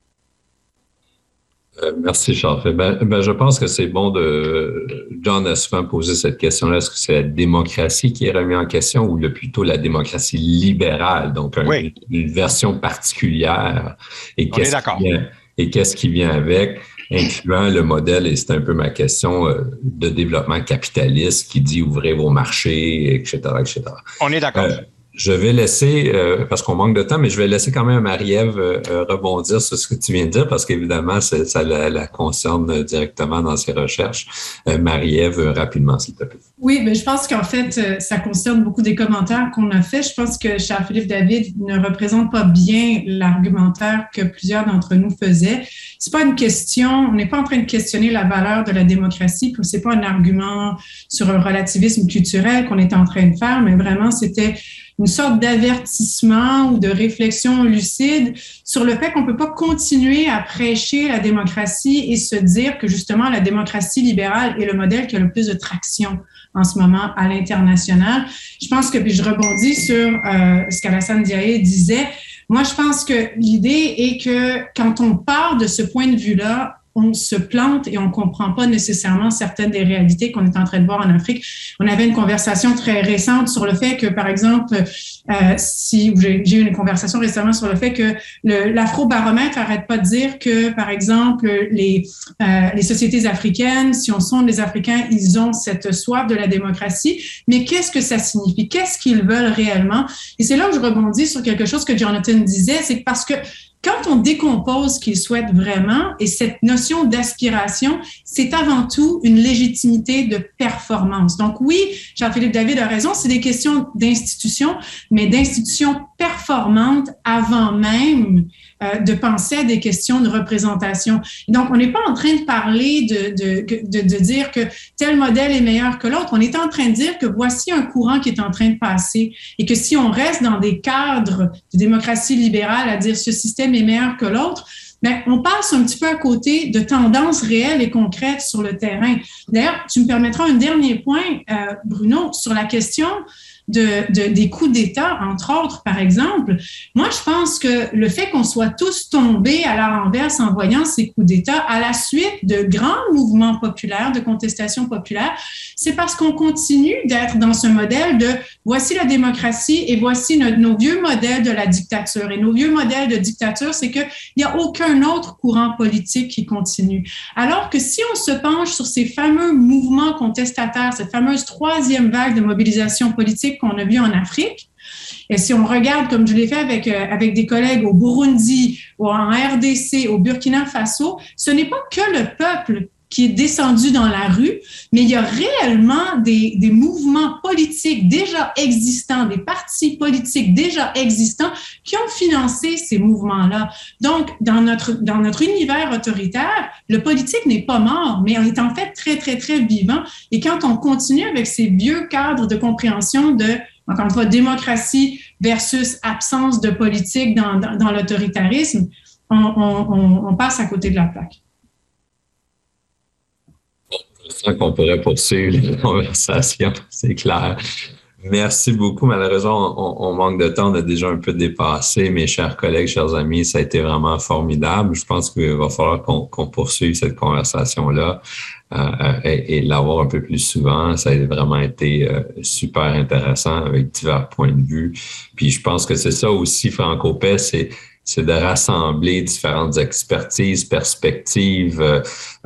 Euh, merci, Charles. Ben, ben, je pense que c'est bon de... John a souvent posé cette question-là. Est-ce que c'est la démocratie qui est remise en question ou le, plutôt la démocratie libérale, donc un, oui. une, une version particulière? Et On est d'accord. Qui vient, et qu'est-ce qui vient avec, incluant le modèle, et c'est un peu ma question, euh, de développement capitaliste qui dit ouvrez vos marchés, et cetera, et cetera. On est d'accord. Euh, Je vais laisser, euh, parce qu'on manque de temps, mais je vais laisser quand même Marie-Ève euh, rebondir sur ce que tu viens de dire, parce qu'évidemment, ça la, la concerne directement dans ses recherches. Euh, Marie-Ève, rapidement, s'il te plaît. Oui, mais je pense qu'en fait, ça concerne beaucoup des commentaires qu'on a faits. Je pense que Charles-Philippe David ne représente pas bien l'argumentaire que plusieurs d'entre nous faisaient. C'est pas une question, on n'est pas en train de questionner la valeur de la démocratie, puis c'est pas un argument sur un relativisme culturel qu'on est en train de faire, mais vraiment, c'était une sorte d'avertissement ou de réflexion lucide sur le fait qu'on ne peut pas continuer à prêcher la démocratie et se dire que justement la démocratie libérale est le modèle qui a le plus de traction en ce moment à l'international. Je pense que, puis je rebondis sur euh, ce qu'Alassane Diaye disait, moi je pense que l'idée est que quand on part de ce point de vue-là, on se plante et on ne comprend pas nécessairement certaines des réalités qu'on est en train de voir en Afrique. On avait une conversation très récente sur le fait que, par exemple, euh, si j'ai, j'ai eu une conversation récemment sur le fait que le, l'Afrobaromètre n'arrête pas de dire que, par exemple, les, euh, les sociétés africaines, si on sonde les Africains, ils ont cette soif de la démocratie. Mais qu'est-ce que ça signifie? Qu'est-ce qu'ils veulent réellement? Et c'est là où je rebondis sur quelque chose que Jonathan disait, c'est que parce que quand on décompose ce qu'ils souhaitent vraiment, et cette notion d'aspiration, c'est avant tout une légitimité de performance. Donc oui, Charles-Philippe David a raison, c'est des questions d'institutions, mais d'institutions performantes avant même euh, de penser à des questions de représentation. Donc, on n'est pas en train de parler de, de, de, de dire que tel modèle est meilleur que l'autre. On est en train de dire que voici un courant qui est en train de passer et que si on reste dans des cadres de démocratie libérale à dire ce système est meilleur que l'autre, bien, on passe un petit peu à côté de tendances réelles et concrètes sur le terrain. D'ailleurs, tu me permettras un dernier point, euh, Bruno, sur la question de, de, des coups d'État, entre autres, par exemple. Moi, je pense que le fait qu'on soit tous tombés à la renverse en voyant ces coups d'État à la suite de grands mouvements populaires, de contestation populaire, c'est parce qu'on continue d'être dans ce modèle de voici la démocratie et voici nos, nos vieux modèles de la dictature. Et nos vieux modèles de dictature, c'est qu'il n'y a aucun autre courant politique qui continue. Alors que si on se penche sur ces fameux mouvements contestataires, cette fameuse troisième vague de mobilisation politique qu'on a vu en Afrique, et si on regarde, comme je l'ai fait avec, euh, avec des collègues au Burundi, ou en R D C, au Burkina Faso, ce n'est pas que le peuple qui est descendu dans la rue, mais il y a réellement des, des mouvements politiques déjà existants, des partis politiques déjà existants qui ont financé ces mouvements-là. Donc, dans notre, dans notre univers autoritaire, le politique n'est pas mort, mais il est en fait très, très, très vivant. Et quand on continue avec ces vieux cadres de compréhension de, encore une fois, démocratie versus absence de politique dans, dans, dans l'autoritarisme, on, on, on passe à côté de la plaque. Je sens qu'on pourrait poursuivre les conversations, c'est clair. Merci beaucoup. Malheureusement, on, on manque de temps, on a déjà un peu dépassé. Mes chers collègues, chers amis, ça a été vraiment formidable. Je pense qu'il va falloir qu'on, qu'on poursuive cette conversation-là euh, et, et l'avoir un peu plus souvent. Ça a vraiment été euh, super intéressant avec divers points de vue. Puis je pense que c'est ça aussi, FrancoPaix, c'est c'est de rassembler différentes expertises, perspectives, euh,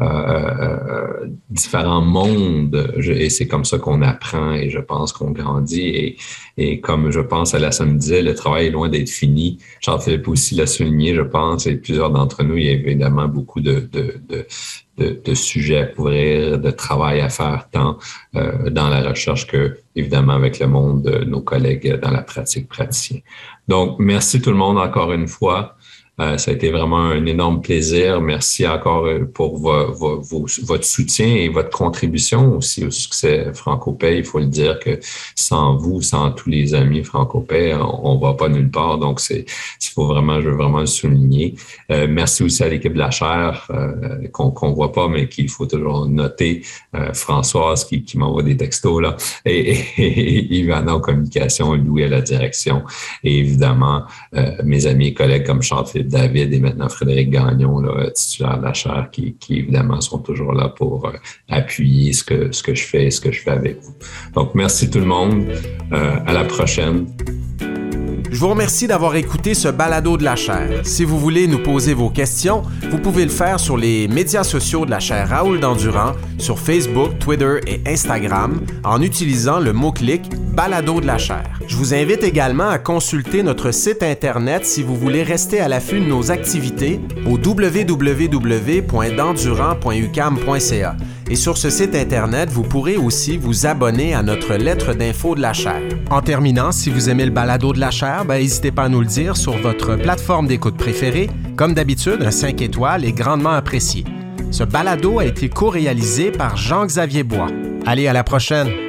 euh, différents mondes. Je, et c'est comme ça qu'on apprend et je pense qu'on grandit. Et, et comme je pense, Alassane me disait, le travail est loin d'être fini. Charles-Philippe aussi l'a souligné, je pense, et plusieurs d'entre nous, il y a évidemment beaucoup de, de, de, de, de sujets à couvrir, de travail à faire, tant euh, dans la recherche que, évidemment, avec le monde de nos collègues dans la pratique praticien. Donc, merci tout le monde encore une fois. Euh, ça a été vraiment un énorme plaisir. Merci encore pour vo, vo, vo, votre soutien et votre contribution aussi au succès FrancoPaix. Il faut le dire que sans vous, sans tous les amis FrancoPaix, on ne va pas nulle part. Donc, c'est, il faut vraiment, je veux vraiment le souligner. Euh, merci aussi à l'équipe de la chaire euh, qu'on qu'on voit pas, mais qu'il faut toujours noter. Euh, Françoise qui, qui m'envoie des textos là, et, et, et Ivana en communication, Louis à la direction, et évidemment euh, mes amis et collègues comme Charles-Philippe David et maintenant Frédéric Gagnon, là, titulaire de la chaire, qui, qui évidemment sont toujours là pour euh, appuyer ce que, ce que je fais et ce que je fais avec vous. Donc, merci tout le monde. Euh, à la prochaine. Je vous remercie d'avoir écouté ce balado de la chaire. Si vous voulez nous poser vos questions, vous pouvez le faire sur les médias sociaux de la chaire Raoul Dandurand, sur Facebook, Twitter et Instagram, en utilisant le mot-clic « Balado de la chaire ». Je vous invite également à consulter notre site Internet si vous voulez rester à l'affût de nos activités au w w w point dandurand point u q a m point c a. Et sur ce site Internet, vous pourrez aussi vous abonner à notre lettre d'info de la chaire. En terminant, si vous aimez le balado de la chaire, ben, n'hésitez pas à nous le dire sur votre plateforme d'écoute préférée. Comme d'habitude, un cinq étoiles est grandement apprécié. Ce balado a été co-réalisé par Jean-Xavier Bois. Allez, à la prochaine!